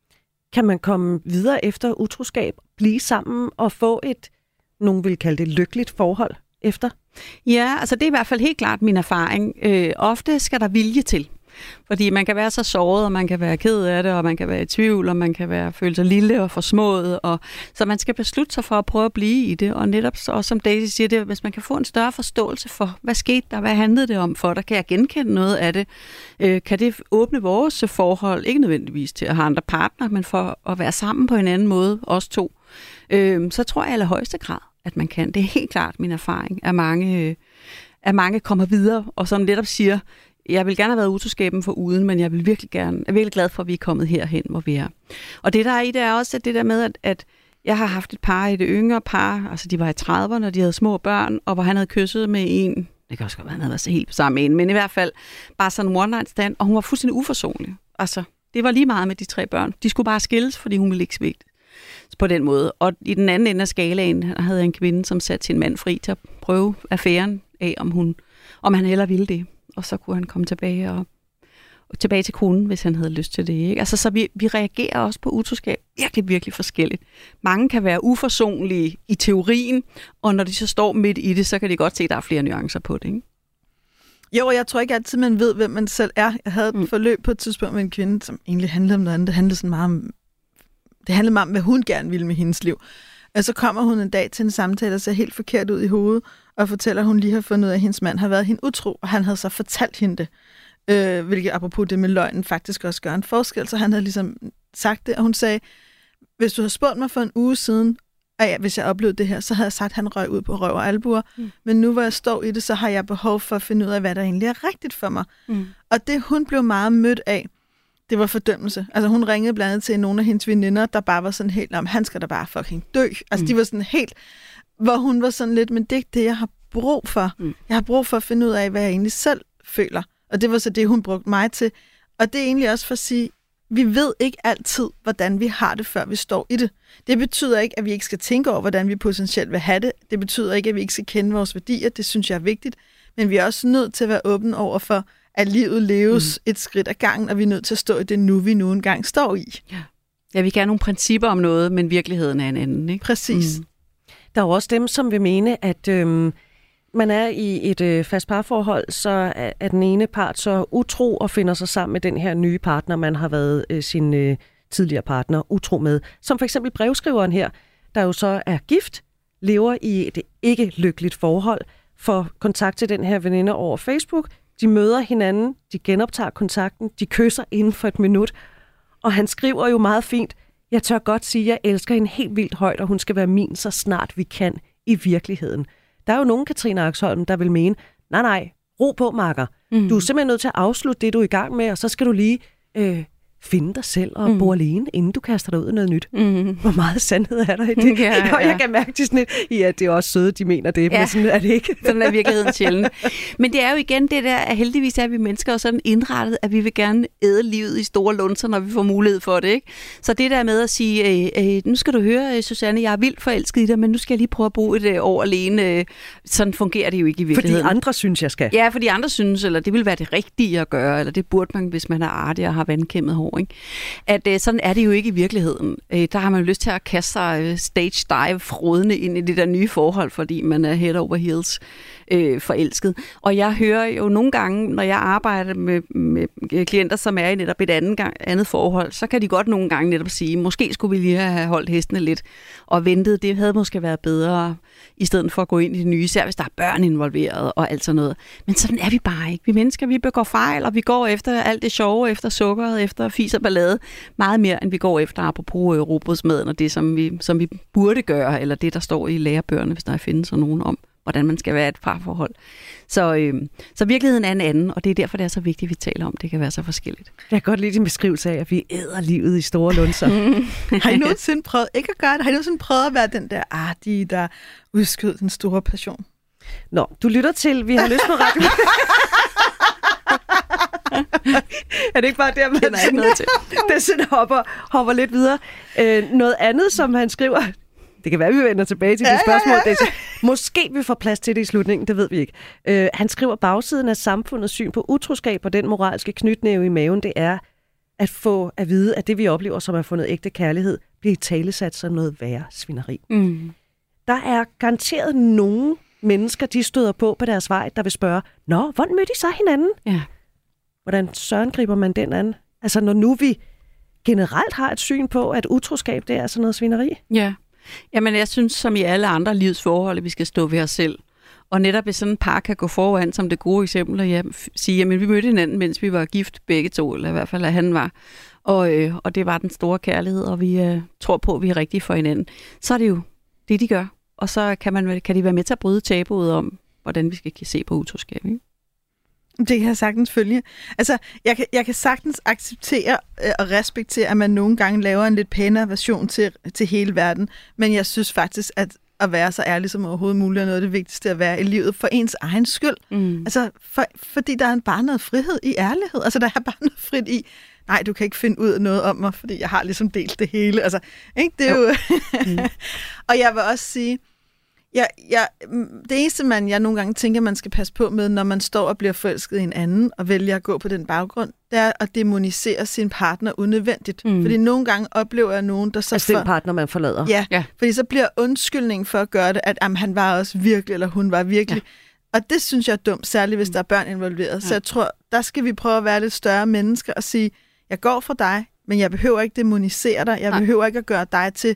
Kan man komme videre efter utroskab, blive sammen og få et, nogen vil kalde det lykkeligt forhold efter? Ja, altså det er i hvert fald helt klart min erfaring. Øh, ofte skal der vilje til. Fordi man kan være så såret, og man kan være ked af det, og man kan være i tvivl, og man kan være føle sig lille og forsmået. Og, så man skal beslutte sig for at prøve at blive i det. Og netop også som Daisy siger det, hvis man kan få en større forståelse for, hvad skete der, hvad handlede det om for dig, kan jeg genkende noget af det? Øh, kan det åbne vores forhold, ikke nødvendigvis til at have andre partner, men for at være sammen på en anden måde, os to. Øh, så tror jeg i allerhøjeste grad, at man kan. Det er helt klart min erfaring, at mange, øh, at mange kommer videre, og som netop siger, jeg vil gerne have været utroskaben for uden, men jeg vil virkelig gerne, jeg er virkelig glad for, at vi er kommet herhen, hvor vi er. Og det der er i det er også at det der med, at, at jeg har haft et par i det yngre par, altså de var i trediverne, og de havde små børn, og hvor han havde kysset med en, det kan også godt være, han havde været så helt sammen med en, men i hvert fald bare sådan en one night stand, og hun var fuldstændig uforsonlig. Altså, det var lige meget med de tre børn. De skulle bare skilles, fordi hun ville ikke svigte på den måde. Og i den anden ende af skalaen havde jeg en kvinde, som satte sin mand fri til at prøve affæren af, om, hun, om han heller ville det. Og så kunne han komme tilbage og, og tilbage til konen, hvis han havde lyst til det. Ikke? Altså, så vi, vi reagerer også på utroskab virkelig, virkelig forskelligt. Mange kan være uforsonlige i teorien, og når de så står midt i det, så kan de godt se, at der er flere nuancer på det. Ikke? Jo, jeg tror ikke altid, man ved, hvem man selv er. Jeg havde et mm. forløb på et tidspunkt med en kvinde, som egentlig handlede om noget andet. Det handlede sådan meget om, det handlede meget om, hvad hun gerne ville med hendes liv. Og så kommer hun en dag til en samtale, og ser helt forkert ud i hovedet, og fortæller, at hun lige har fundet ud af, at hendes mand har været hende utro, og han havde så fortalt hende det. Øh, hvilket apropos det med løgnen faktisk også gør en forskel. Så han havde ligesom sagt det, og hun sagde, hvis du havde spurgt mig for en uge siden, og ja, hvis jeg oplevede det her, så havde jeg sagt, at han røg ud på røv og albuer. Mm. Men nu hvor jeg står i det, så har jeg behov for at finde ud af, hvad der egentlig er rigtigt for mig. Mm. Og det hun blev meget mødt af, det var fordømmelse. Altså hun ringede blandt andet til nogle af hendes veninder, der bare var sådan helt om, han skal da bare fucking dø. Altså mm. de var sådan helt, hvor hun var sådan lidt, men det er ikke det, jeg har brug for. Mm. Jeg har brug for at finde ud af, hvad jeg egentlig selv føler. Og det var så det, hun brugte mig til. Og det er egentlig også for at sige, vi ved ikke altid, hvordan vi har det, før vi står i det. Det betyder ikke, at vi ikke skal tænke over, hvordan vi potentielt vil have det. Det betyder ikke, at vi ikke skal kende vores værdier. Det synes jeg er vigtigt. Men vi er også nødt til at være åbne over for, at livet leves mm. et skridt ad gangen, og vi er nødt til at stå i det nu, vi nu engang står i. Ja, ja vi kan have nogle principper om noget, men virkeligheden er en anden, ikke? Præcis. Mm. Der er jo også dem, som vil mene, at øhm, man er i et øh, fast parforhold, så er, er den ene part så utro og finder sig sammen med den her nye partner, man har været øh, sin øh, tidligere partner utro med. Som for eksempel brevskriveren her, der jo så er gift, lever i et ikke lykkeligt forhold, får kontakt til den her veninde over Facebook. De møder hinanden, de genoptager kontakten, de kysser inden for et minut. Og han skriver jo meget fint, jeg tør godt sige, at jeg elsker hende helt vildt højt, og hun skal være min så snart vi kan i virkeligheden. Der er jo nogen, Katrine Axholm, der vil mene, nej, nej, ro på, makker. Mm. Du er simpelthen nødt til at afslutte det, du er i gang med, og så skal du lige øh, finde dig selv og mm. bo alene, inden du kaster dig ud i noget nyt. Mm. Hvor meget sandhed er der i det? Ja, ja. Jeg kan mærke til sådan et, ja, det er også søde, de mener det, ja. Men sådan er det ikke. Sådan er virkeligheden sjældent. Men det er jo igen det der, at heldigvis er vi mennesker og sådan indrettet, at vi vil gerne æde livet i store lunser, når vi får mulighed for det, ikke? Så det der med at sige, øh, øh, nu skal du høre, Susanne, jeg er vildt forelsket i dig, men nu skal jeg lige prøve at bo et øh, år alene. Øh, sådan fungerer det jo ikke i virkeligheden. Fordi andre synes, jeg skal. Ja, fordi andre synes, eller det vil være det rigtige at gøre, eller det burde man, hvis man er artig og har vandkæmmet hår, ikke? At øh, sådan er det jo ikke i virkeligheden. Øh, der har man jo lyst til at kaste sig øh, stage dive frodende ind i det der nye forhold, fordi man er head over heels øh, forelsket. Og jeg hører jo nogle gange, når jeg arbejder med, med klienter, som er i netop et andet, gang, andet forhold, så kan de godt nogle gange netop sige, måske skulle vi lige have holdt hestene lidt og ventet. Det havde måske været bedre, i stedet for at gå ind i det nye, især hvis der er børn involveret og alt sådan noget. Men sådan er vi bare ikke. Vi mennesker, vi begår fejl, og vi går efter alt det sjove, efter sukkeret, efter fis og ballade, meget mere, end vi går efter, apropos robotsmaden og det, som vi, som vi burde gøre, eller det, der står i lærebøgerne, hvis der findes sådan nogen om, hvordan man skal være et parforhold. Så, øh, så virkeligheden er en anden, og det er derfor, det er så vigtigt, at vi taler om. Det kan være så forskelligt. Jeg kan godt lide din beskrivelse af, at vi æder livet i store lunser. Har I nogensinde prøvet ikke at gøre det? Har I nogensinde prøvet at være den der artige, der udskød den store passion? Nå, du lytter til, vi har lyst på radio. Er det ikke bare der, man er ikke noget til? Det sådan hopper, hopper lidt videre. Øh, noget andet, som han skriver, det kan være, at vi vender tilbage til ja, de spørgsmål. Ja, ja, ja. Måske vi får plads til det i slutningen, det ved vi ikke. Øh, han skriver, bagsiden af samfundets syn på utroskab og den moralske knytnæve i maven, det er at få at vide, at det vi oplever, som er fundet ægte kærlighed, bliver talesat som noget værre svineri. Mm. Der er garanteret nogen mennesker, de støder på på deres vej, der vil spørge, nå, hvordan mødte I så hinanden? Ja. Hvordan søren griber man den an? Altså, når nu vi generelt har et syn på, at utroskab, det er sådan noget svineri. Ja. Jamen, jeg synes, som i alle andre livsforhold, at vi skal stå ved os selv. Og netop hvis sådan en par kan gå foran, som det gode eksempel, og ja, sige, jamen, vi mødte hinanden, mens vi var gift begge to, eller i hvert fald, at han var. Og, øh, og det var den store kærlighed, og vi øh, tror på, at vi er rigtige for hinanden. Så er det jo det, de gør. Og så kan, man, kan de være med til at bryde tabuet om, hvordan vi skal se på utroskab, ikke? Det kan jeg sagtens følge. Altså, jeg kan, jeg kan sagtens acceptere øh, og respektere, at man nogle gange laver en lidt pænere version til, til hele verden, men jeg synes faktisk, at at være så ærlig som overhovedet muligt er noget af det vigtigste at være i livet for ens egen skyld. Mm. Altså, for, fordi der er bare noget frihed i ærlighed. Altså, der er bare noget frit i, nej, du kan ikke finde ud af noget om mig, fordi jeg har ligesom delt det hele. Altså, ikke? Det er jo... jo... mm. Og jeg vil også sige, Jeg, jeg, det eneste, man, jeg nogle gange tænker, man skal passe på med, når man står og bliver forelsket i en anden, og vælger at gå på den baggrund, det er at demonisere sin partner unødvendigt. Mm. Fordi nogle gange oplever jeg nogen, der så... Altså den partner, man forlader. Ja, ja, fordi så bliver undskyldningen for at gøre det, at jamen, han var også virkelig, eller hun var virkelig. Ja. Og det synes jeg er dumt, særligt hvis der er børn involveret. Ja. Så jeg tror, der skal vi prøve at være lidt større mennesker og sige, jeg går for dig, men jeg behøver ikke demonisere dig. Jeg Nej. behøver ikke at gøre dig til...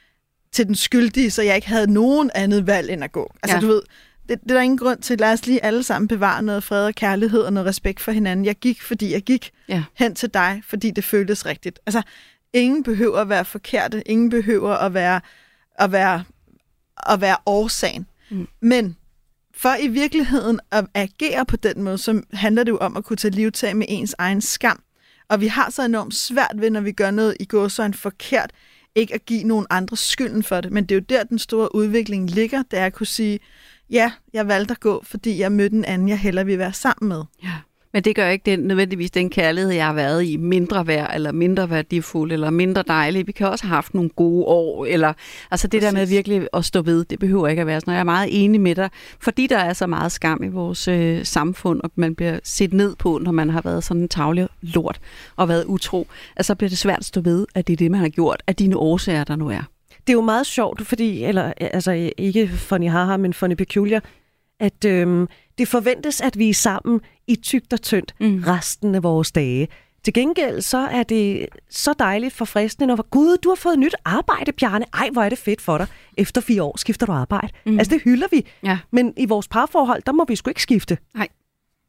til den skyldige, så jeg ikke havde nogen andet valg end at gå. Altså, ja. du ved, det, det er der ingen grund til. Lad os lige alle sammen bevare noget fred og kærlighed og noget respekt for hinanden. Jeg gik, fordi jeg gik ja. hen til dig, fordi det føltes rigtigt. Altså, ingen behøver at være forkerte. Ingen behøver at være, at være, at være årsagen. Mm. Men for i virkeligheden at agere på den måde, så handler det jo om at kunne tage livtag med ens egen skam. Og vi har så enormt svært ved, når vi gør noget i gåseøjne forkert, ikke at give nogen andre skylden for det, men det er jo der, den store udvikling ligger, det er at kunne sige, ja, jeg valgte at gå, fordi jeg mødte en anden, jeg hellere vil være sammen med. Ja. Men det gør ikke den, nødvendigvis den kærlighed, jeg har været i, mindre værd, eller mindre værdifuld, eller mindre dejlig. Vi kan også have haft nogle gode år, eller altså det Præcis. Der med virkelig at stå ved, det behøver ikke at være sådan. Og jeg er meget enig med dig, fordi der er så meget skam i vores øh, samfund, og man bliver set ned på, når man har været sådan en tavle lort og været utro. Altså bliver det svært at stå ved, at det er det, man har gjort, af dine årsager, der nu er. Det er jo meget sjovt, fordi, eller altså ikke funny haha, men funny peculiar, at øhm, det forventes, at vi er sammen i tykt og tyndt mm. resten af vores dage. Til gengæld så er det så dejligt forfriskende, når Gud, du har fået nyt arbejde, Bjarne. Ej, hvor er det fedt for dig. Efter fire år skifter du arbejde. Mm. Altså, det hylder vi. Ja. Men i vores parforhold, der må vi sgu ikke skifte. Nej.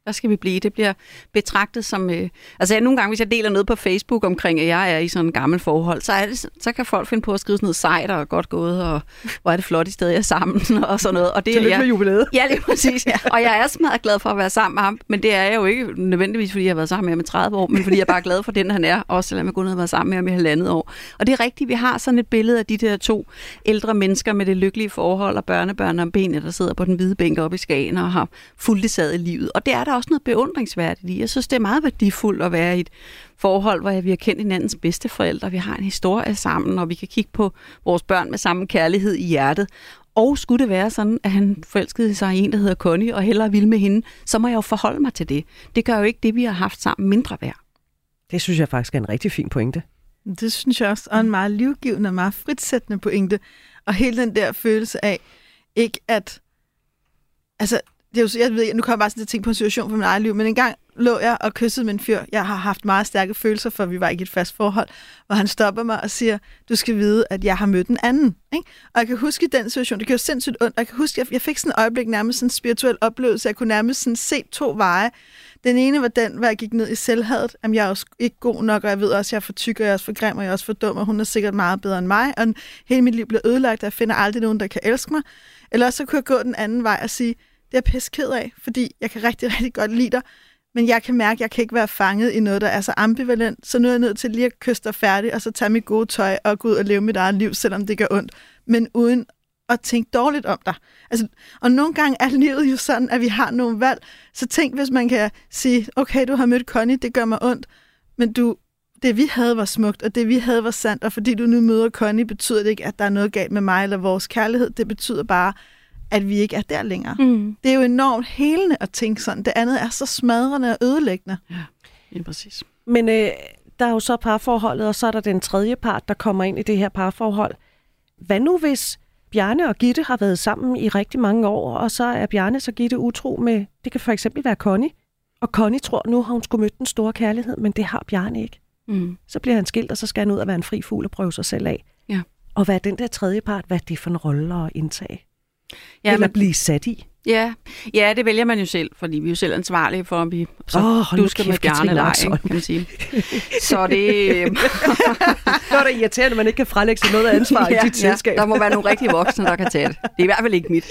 Hvad skal vi blive? Det bliver betragtet som... Øh, altså jeg, nogle gange, hvis jeg deler noget på Facebook omkring, at jeg er i sådan en gammel forhold, så, er det, så kan folk finde på at skrive sådan noget sejt og godt gået, og hvor er det flot i stedet, jeg er sammen, og sådan noget. Og det, Tillykke med jubilæet. Ja, lige præcis. Og jeg er meget glad for at være sammen med ham, men det er jeg jo ikke nødvendigvis, fordi jeg har været sammen med ham i tredive år, men fordi jeg er bare glad for den, han er, også selvom jeg kun har været sammen med ham i halvandet år. Og det er rigtigt, vi har sådan et billede af de der to ældre mennesker med det lykkelige forhold, og børnebørn og benene, der sidder på den hvide bænk oppe i Skagen og har fuldtidsad i livet. Og det er der også noget beundringsværdigt i. Jeg synes, det er meget værdifuldt at være i et forhold, hvor vi har kendt hinandens bedsteforældre, vi har en historie sammen, og vi kan kigge på vores børn med samme kærlighed i hjertet. Og skulle det være sådan, at han forelskede sig i en, der hedder Connie, og hellere ville med hende, så må jeg jo forholde mig til det. Det gør jo ikke det, vi har haft sammen, mindre værd. Det synes jeg faktisk er en rigtig fin pointe. Det synes jeg også, og en meget livgivende og meget fritsættende pointe. Og hele den der følelse af, ikke at... Altså, det er jo, jeg ved, nu kommer jeg bare sådan til at tænke på en situation for mit eget liv, men en gang lå jeg og kyssede min fyr. Jeg har haft meget stærke følelser, for vi var ikke i et fast forhold, hvor han stopper mig og siger, du skal vide, at jeg har mødt en anden. Ikke? Og jeg kan huske den situation, det gjorde sindssygt ondt, og jeg kan huske, at jeg fik sådan et øjeblik nærmest sådan en spirituel oplevelse, jeg kunne nærmest sådan se to veje. Den ene var den, hvor jeg gik ned i selvhadet, at jeg er også ikke god nok, og jeg ved også, at jeg er for tyk, og jeg er også for grim, og jeg er også for dum, og hun er sikkert meget bedre end mig, og hele mit liv blev ødelagt, og jeg finder aldrig nogen, der kan elske mig. Eller også så kunne jeg gå den anden vej og sige, det er jeg pisse ked af, fordi jeg kan rigtig, rigtig godt lide dig, men jeg kan mærke, at jeg kan ikke være fanget i noget, der er så ambivalent, så nu er jeg nødt til lige at kysse dig færdig, og så tage mit gode tøj og gå ud og leve mit eget liv, selvom det gør ondt, men uden at tænke dårligt om dig. Altså, og nogle gange er livet jo sådan, at vi har nogle valg, så tænk, hvis man kan sige, okay, du har mødt Connie, det gør mig ondt, men du, det vi havde var smukt, og det vi havde var sandt, og fordi du nu møder Connie, betyder det ikke, at der er noget galt med mig eller vores kærlighed, det betyder bare, at vi ikke er der længere. Mm. Det er jo enormt helende at tænke sådan. Det andet er så smadrende og ødelæggende. Ja, det er præcis. Men øh, der er jo så parforholdet, og så er der den tredje part, der kommer ind i det her parforhold. Hvad nu, hvis Bjarne og Gitte har været sammen i rigtig mange år, og så er Bjarne så Gitte utro med, det kan for eksempel være Connie, og Connie tror nu, har hun skulle møde den store kærlighed, men det har Bjarne ikke. Mm. Så bliver han skilt, og så skal han ud og være en fri fugl og prøve sig selv af. Ja. Og hvad er den der tredje part? Hvad er det for en rolle at indtage? Ja, eller men, blive sat i? Ja. ja, det vælger man jo selv, fordi vi er jo selv ansvarlige for, om vi så oh, du skal med Bjarne eller ej, kan man sige. Så det... Nå, det er irriterende, at man ikke kan frelægge sig noget af ansvar ja, i dit ja, selskab. Der må være nogle rigtige voksne, der kan tage det. Det er i hvert fald ikke mit.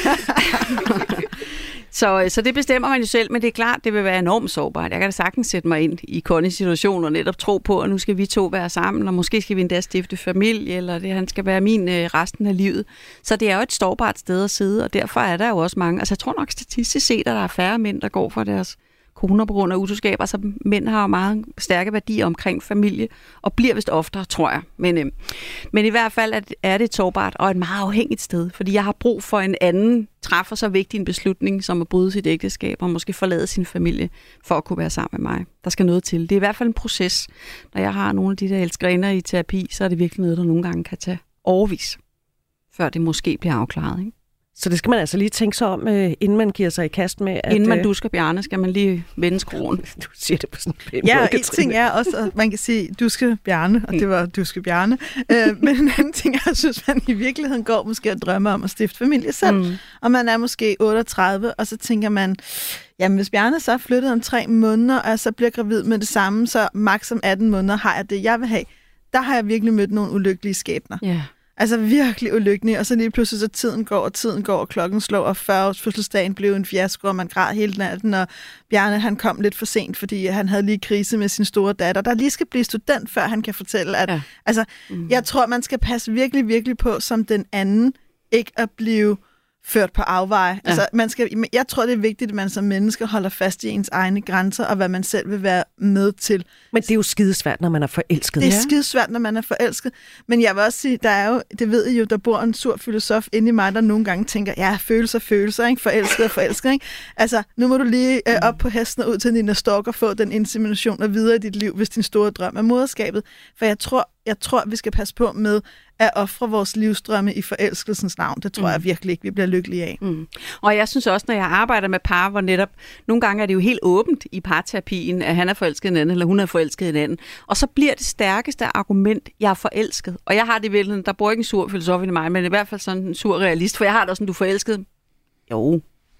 Så, så det bestemmer man jo selv, men det er klart, det vil være enormt sårbart. Jeg kan da sagtens sætte mig ind i Connies situation og netop tro på, at nu skal vi to være sammen, og måske skal vi endda stifte familie, eller det, han skal være min øh, resten af livet. Så det er jo et sårbart sted at sidde, og derfor er der jo også mange, altså jeg tror nok statistisk set, at der er færre mænd, der går for deres koner på grund af utroskab. Altså mænd har jo meget stærke værdier omkring familie, og bliver vist oftere, tror jeg. Men, øh, men i hvert fald er det, er det et sårbart og et meget afhængigt sted, fordi jeg har brug for en anden træffer så vigtig en beslutning, som at bryde sit ægteskab og måske forlade sin familie for at kunne være sammen med mig. Der skal noget til. Det er i hvert fald en proces. Når jeg har nogle af de der elskerinder i terapi, så er det virkelig noget, der nogle gange kan tage årevis, før det måske bliver afklaret, ikke? Så det skal man altså lige tænke sig om, øh, inden man giver sig i kast med. At, inden man dusker Bjarne, skal man lige vende skruen. Du siger det på sådan en pæn ja, måde. Ja, en ting er også, at man kan sige, duske Bjarne, og det var duske Bjarne. øh, men en anden ting er, at synes man i virkeligheden går måske og drømmer om at stifte familie selv. Mm. Og man er måske otteogtredive, og så tænker man, jamen hvis Bjarne så er flyttet om tre måneder, og så bliver gravid med det samme, så maks om atten måneder har jeg det, jeg vil have. Der har jeg virkelig mødt nogle ulykkelige skæbner. Ja. Yeah. Altså virkelig ulykkelig, og så lige pludselig så tiden går, og tiden går, og klokken slår, og fyrre års fødselsdagen blev en fiasko, og man græd hele natten, og Bjarne han kom lidt for sent, fordi han havde lige krise med sin store datter, der lige skal blive student, før han kan fortælle, at ja. altså, mm. jeg tror, man skal passe virkelig, virkelig på, som den anden, ikke at blive ført på afveje. Ja. Altså, man skal, jeg tror, det er vigtigt, at man som menneske holder fast i ens egne grænser, og hvad man selv vil være med til. Men det er jo skidesvært, når man er forelsket. Det er ja. skidesvært, når man er forelsket. Men jeg vil også sige, der er jo, det ved I jo, der bor en sur filosof inde i mig, der nogle gange tænker, ja, følelser, følelser, ikke? Forelsket og forelsket, ikke? Altså, nu må du lige øh, op på hesten og ud til din stok og få den insemination og videre i dit liv, hvis din store drøm er moderskabet. For jeg tror, jeg tror, vi skal passe på med at ofre vores livsdrømme i forelskelsens navn. Det tror mm. jeg virkelig ikke, vi bliver lykkelige af. Mm. Og jeg synes også, når jeg arbejder med par, hvor netop nogle gange er det jo helt åbent i parterapien, at han er forelsket en anden, eller hun er forelsket en anden. Og så bliver det stærkeste argument, jeg er forelsket. Og jeg har det vel, der bor ikke en sur filosof i mig, men i hvert fald sådan en sur realist, for jeg har da sådan, du er forelsket. Jo.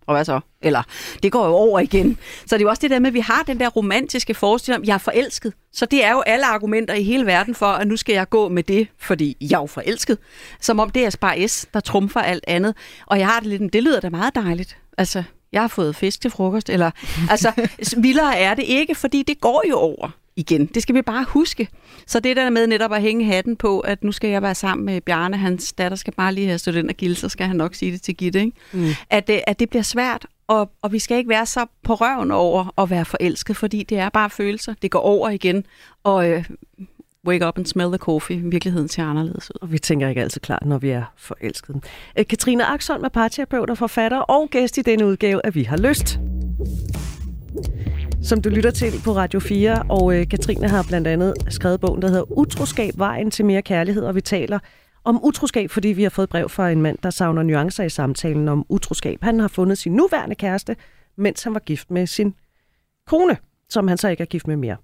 og hvad så? Eller, det går jo over igen. Så det er jo også det der med, at vi har den der romantiske forestilling om, jeg er forelsket. Så det er jo alle argumenter i hele verden for, at nu skal jeg gå med det, fordi jeg er jo forelsket. Som om det er bare S, der trumfer alt andet. Og jeg har det lidt, det lyder da meget dejligt. Altså, jeg har fået fisk til frokost, eller, altså, vildere er det ikke, fordi det går jo over igen. Det skal vi bare huske. Så det der med netop at hænge hatten på, at nu skal jeg være sammen med Bjarne, hans datter skal bare lige have studentergilde, så skal han nok sige det til Gitte, ikke? Mm. At, at det bliver svært, og, og vi skal ikke være så på røven over at være forelsket, fordi det er bare følelser. Det går over igen, og øh, wake up and smell the coffee. Virkeligheden ser anderledes ud. Og vi tænker ikke altid klart, når vi er forelskede. Katrine Axholm er parterapeut og forfatter og gæst i denne udgave af Vi har lyst, som du lytter til på Radio fire, og øh, Katrine har blandt andet skrevet bogen, der hedder Utroskab, vejen til mere kærlighed, og vi taler om utroskab, fordi vi har fået brev fra en mand, der savner nuancer i samtalen om utroskab. Han har fundet sin nuværende kæreste, mens han var gift med sin kone, som han så ikke er gift med mere.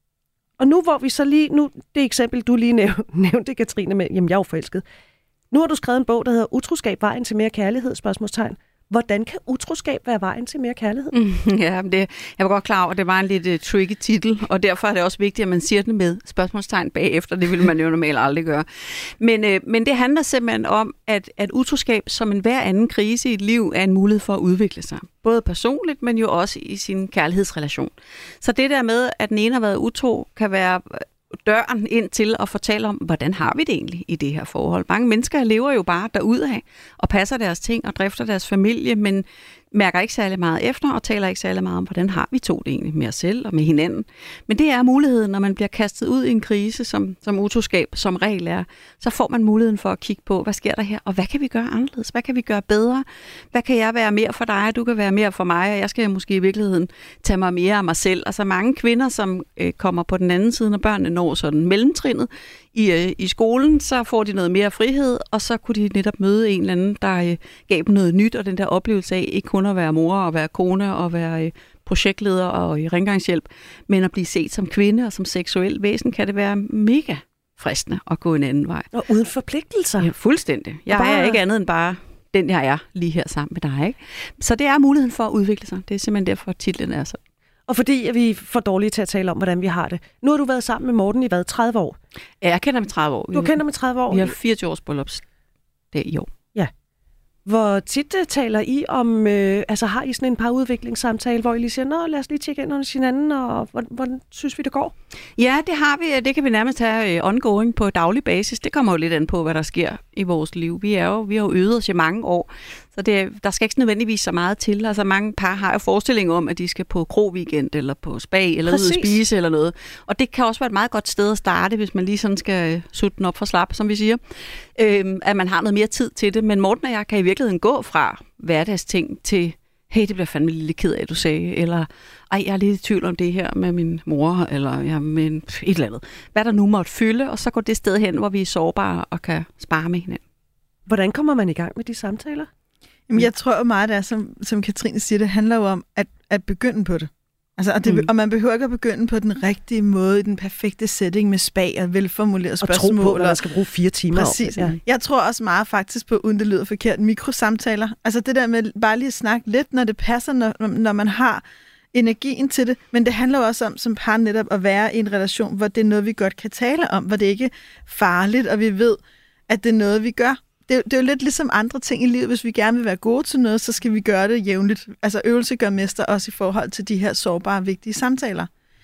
Og nu hvor vi så lige, nu det eksempel, du lige næv, nævnte, Katrine, med, jamen jeg er jo forelsket. Nu har du skrevet en bog, der hedder Utroskab, vejen til mere kærlighed, spørgsmålstegn. Hvordan kan utroskab være vejen til mere kærlighed? Mm, ja, det, jeg var godt klar over, at det var en lidt uh, tricky titel, og derfor er det også vigtigt, at man siger den med spørgsmålstegn bagefter. Det ville man jo normalt aldrig gøre. Men, uh, men det handler simpelthen om, at, at utroskab som en hver anden krise i et liv er en mulighed for at udvikle sig. Både personligt, men jo også i sin kærlighedsrelation. Så det der med, at den ene har været utro, kan være døren ind til at fortælle om, hvordan har vi det egentlig i det her forhold. Mange mennesker lever jo bare derudad og passer deres ting og drifter deres familie, men mærker ikke særlig meget efter og taler ikke særlig meget om, hvordan har vi to det egentlig med os selv og med hinanden. Men det er muligheden, når man bliver kastet ud i en krise, som, som utroskab som regel er, så får man muligheden for at kigge på, hvad sker der her, og hvad kan vi gøre anderledes? Hvad kan vi gøre bedre? Hvad kan jeg være mere for dig? Du kan være mere for mig, og jeg skal måske i virkeligheden tage mig mere af mig selv. Altså mange kvinder, som øh, kommer på den anden side, når børnene når sådan mellemtrinnet i, øh, i skolen, så får de noget mere frihed, og så kunne de netop møde en eller anden, der øh, gav dem noget nyt, og den der oplevelse af ikke kun at være mor og være kone og være øh, projektleder og i rengøringshjælp, men at blive set som kvinde og som seksuel væsen, kan det være mega fristende at gå en anden vej. Og uden forpligtelser. Ja, fuldstændig. Jeg bare... er ikke andet end bare den, jeg er lige her sammen med dig. Ikke? Så det er muligheden for at udvikle sig. Det er simpelthen derfor, at titlen er så. Og fordi vi er for dårlige til at tale om, hvordan vi har det. Nu har du været sammen med Morten i hvad, tredive år? Ja, jeg kender med tredive år. Du kender med tredive år? Vi har fireogtyve års bryllupsdag i år. Ja. Hvor tit taler I om, øh, altså har I sådan en par udviklingssamtale, hvor I lige siger, nå lad os lige tjekke ind under hinanden, og hvordan, hvordan synes vi det går? Ja, det har vi. Det kan vi nærmest have ongoing på daglig basis. Det kommer jo lidt an på, hvad der sker i vores liv. Vi, er jo, vi har jo øvet os i mange år, så det, der skal ikke nødvendigvis så meget til. Altså mange par har jo forestilling om, at de skal på krogweekend, eller på spa, eller Præcis. ud at spise, eller noget. Og det kan også være et meget godt sted at starte, hvis man lige sådan skal sutte den op for slap, som vi siger. Øhm, at man har noget mere tid til det. Men Morten og jeg kan i virkeligheden gå fra hverdagsting til, hey, det bliver fandme lidt ked af, du sagde, eller ej, jeg er lidt i tvivl om det her med min mor, eller ja, med et eller andet. Hvad der nu måtte fylde, og så går det sted hen, hvor vi er sårbare og kan spare med hinanden. Hvordan kommer man i gang med de samtaler? Jamen, jeg tror jo meget, det er, som, som Katrine siger, det handler jo om at, at begynde på det. Altså, og, det, mm. og man behøver ikke at begynde på den rigtige måde, i den perfekte setting med spag og velformulerede spørgsmål. Og tro på, at man skal bruge fire timer. Præcis. Ja. Jeg tror også meget faktisk på, uden det lyder forkert, mikrosamtaler. Altså det der med bare lige at snakke lidt, når det passer, når, når man har energien til det. Men det handler jo også om, som par netop, at være i en relation, hvor det er noget, vi godt kan tale om, hvor det ikke er farligt, og vi ved, at det er noget, vi gør. Det, det er jo lidt ligesom andre ting i livet. Hvis vi gerne vil være gode til noget, så skal vi gøre det jævnligt. Altså øvelse gør mester også i forhold til de her sårbare, vigtige samtaler.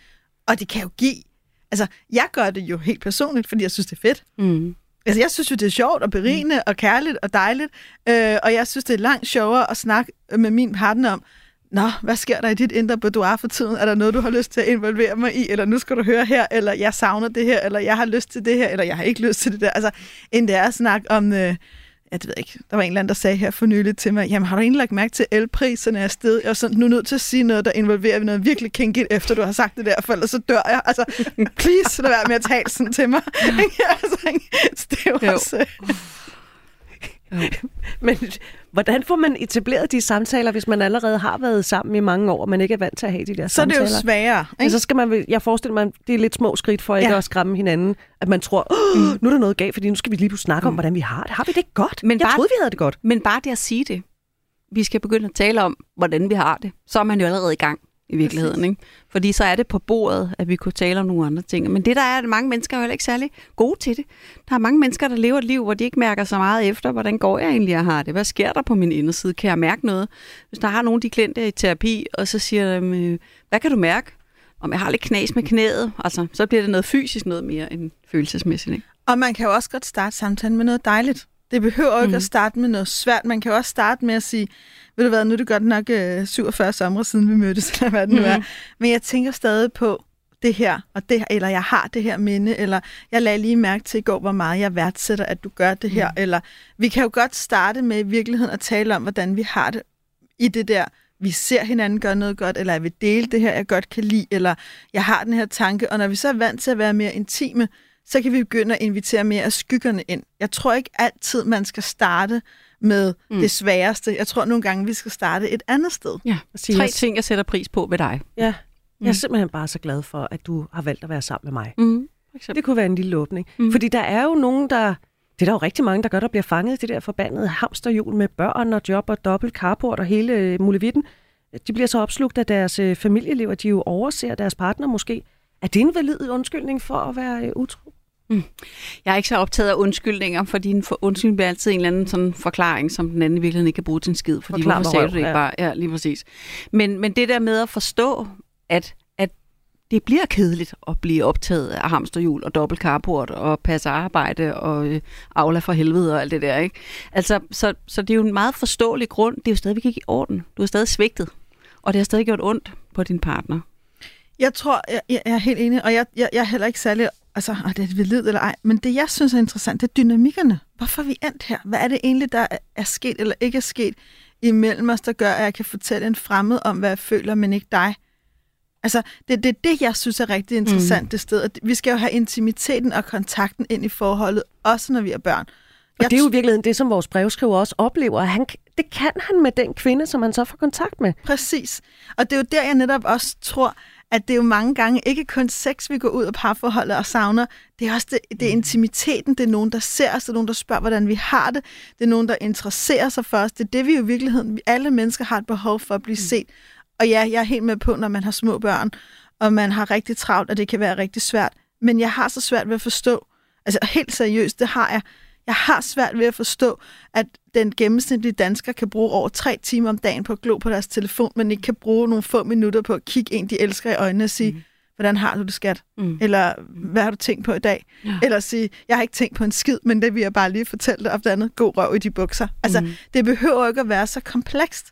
Og det kan jo give... Altså, jeg gør det jo helt personligt, fordi jeg synes, det er fedt. Mm. Altså, jeg synes jo, det er sjovt og berigende mm. og kærligt og dejligt. Øh, og jeg synes, det er langt sjovere at snakke med min partner om, nå, hvad sker der i dit indre boudoir for tiden? Er der noget, du har lyst til at involvere mig i? Eller nu skal du høre her, eller jeg savner det her, eller jeg har lyst til det her, eller jeg har ikke lyst til det der. Altså, end det er at snakke om, øh, jeg ved ikke, der var en eller anden, der sagde her for nyligt til mig, jamen har du egentlig lagt mærke til elpriserne er sted? Jeg er sådan, nu er nødt til at sige noget, der involverer noget virkelig kinkigt, efter du har sagt det der, for ellers så dør jeg. Altså, please, lad være med at tale sådan til mig. altså, det er jo, jo. også... Men hvordan får man etableret de samtaler, hvis man allerede har været sammen i mange år, og man ikke er vant til at have de der så samtaler? Så er det jo sværere. Men så skal man, jeg forestiller mig, det er lidt små skridt for ikke ja. at skræmme hinanden, at man tror, oh, nu er der noget galt, fordi nu skal vi lige snakke om, hvordan vi har det. Har vi det godt? Men jeg bare, troede, vi havde det godt. Men bare det at sige det. vi skal begynde at tale om, hvordan vi har det. Så er man jo allerede i gang i virkeligheden. Ikke? Fordi så er det på bordet, at vi kunne tale om nogle andre ting. Men det der er, at mange mennesker er jo heller ikke særlig gode til det. Der er mange mennesker, der lever et liv, hvor de ikke mærker så meget efter, hvordan går jeg egentlig, jeg har det? Hvad sker der på min inderside? Kan jeg mærke noget? Hvis der har nogle af de klienter i terapi, og så siger de, hvad kan du mærke? Om jeg har lidt knas med knæet, altså, så bliver det noget fysisk noget mere end følelsesmæssigt. Ikke? Og man kan jo også godt starte samtalen med noget dejligt. Det behøver ikke mm. at starte med noget svært. Man kan jo også starte med at sige, ved du hvad, nu er det godt nok øh, syvogfyrre somre siden vi mødtes, eller hvad det nu er. Men jeg tænker stadig på det her, og det, eller jeg har det her minde, eller jeg lagde lige mærke til i går, hvor meget jeg værdsætter, at du gør det her. Mm. Eller vi kan jo godt starte med i virkeligheden at tale om, hvordan vi har det i det der, vi ser hinanden gøre noget godt, eller jeg vil dele det her, jeg godt kan lide, eller jeg har den her tanke. Og når vi så er vant til at være mere intime, så kan vi begynde at invitere mere af skyggerne ind. Jeg tror ikke altid, man skal starte med mm. det sværeste. Jeg tror nogle gange, vi skal starte et andet sted. Ja, tre ting, jeg sætter pris på ved dig. Ja, jeg er simpelthen bare så glad for, at du har valgt at være sammen med mig. Mm. Det kunne være en lille åbning. Mm. Fordi der er jo nogen, der... Det er der jo rigtig mange, der gør, der bliver fanget i det der forbandede hamsterhjul med børn og job og dobbelt carport og hele muligheden. De bliver så opslugt af deres familieliv, og de jo overser deres partner måske. Er det en valid undskyldning for at være utro? Mm. Jeg er ikke så optaget af undskyldninger, fordi en for undskyldning bliver altid en eller anden sådan forklaring, som den anden i virkeligheden ikke kan bruge til en skid. Fordi hvorfor sagde du det ikke ja. bare? Ja, lige præcis. Men, men det der med at forstå, at, at det bliver kedeligt at blive optaget af hamsterhjul og dobbelt carport og passe arbejde og øh, Aula for helvede og alt det der, ikke? Altså, så, så det er jo en meget forståelig grund. Det er jo stadigvæk ikke i orden. Du er stadig svigtet, og det har stadig gjort ondt på din partner. Jeg tror, jeg, jeg er helt enig, og jeg, jeg, jeg er heller ikke særlig, altså, det er et velid eller ej, men det, jeg synes er interessant, det er dynamikkerne. Hvorfor er vi endt her? Hvad er det egentlig, der er sket eller ikke er sket imellem os, der gør, at jeg kan fortælle en fremmed om, hvad jeg føler, men ikke dig? Altså, det, det er det, jeg synes er rigtig interessant, mm. det sted. Vi skal jo have intimiteten og kontakten ind i forholdet, også når vi er børn. Og jeg det er jo i virkeligheden det, som vores brevskriver også oplever. Han, det kan han med den kvinde, som han så får kontakt med. Præcis. Og det er jo der, jeg netop også tror, at det er jo mange gange ikke kun sex, vi går ud af parforholdet og savner. Det er også det, det er intimiteten. Det er nogen, der ser os. Det er nogen, der spørger, hvordan vi har det. Det er nogen, der interesserer sig for os. Det er det, vi jo i virkeligheden... Alle mennesker har et behov for at blive set. Og ja, jeg er helt med på, når man har små børn, og man har rigtig travlt, og det kan være rigtig svært. Men jeg har så svært ved at forstå, altså helt seriøst, det har jeg. Jeg har svært ved at forstå, at den gennemsnitlige dansker kan bruge over tre timer om dagen på at glo på deres telefon, men ikke kan bruge nogle få minutter på at kigge en, de elsker i øjnene og sige, mm. hvordan har du det, skat? Mm. Eller, hvad har du tænkt på i dag? Ja. Eller sige, jeg har ikke tænkt på en skid, men det vil jeg bare lige fortælle dig, og det andet, god røv i de bukser. Altså, mm. det behøver ikke at være så komplekst.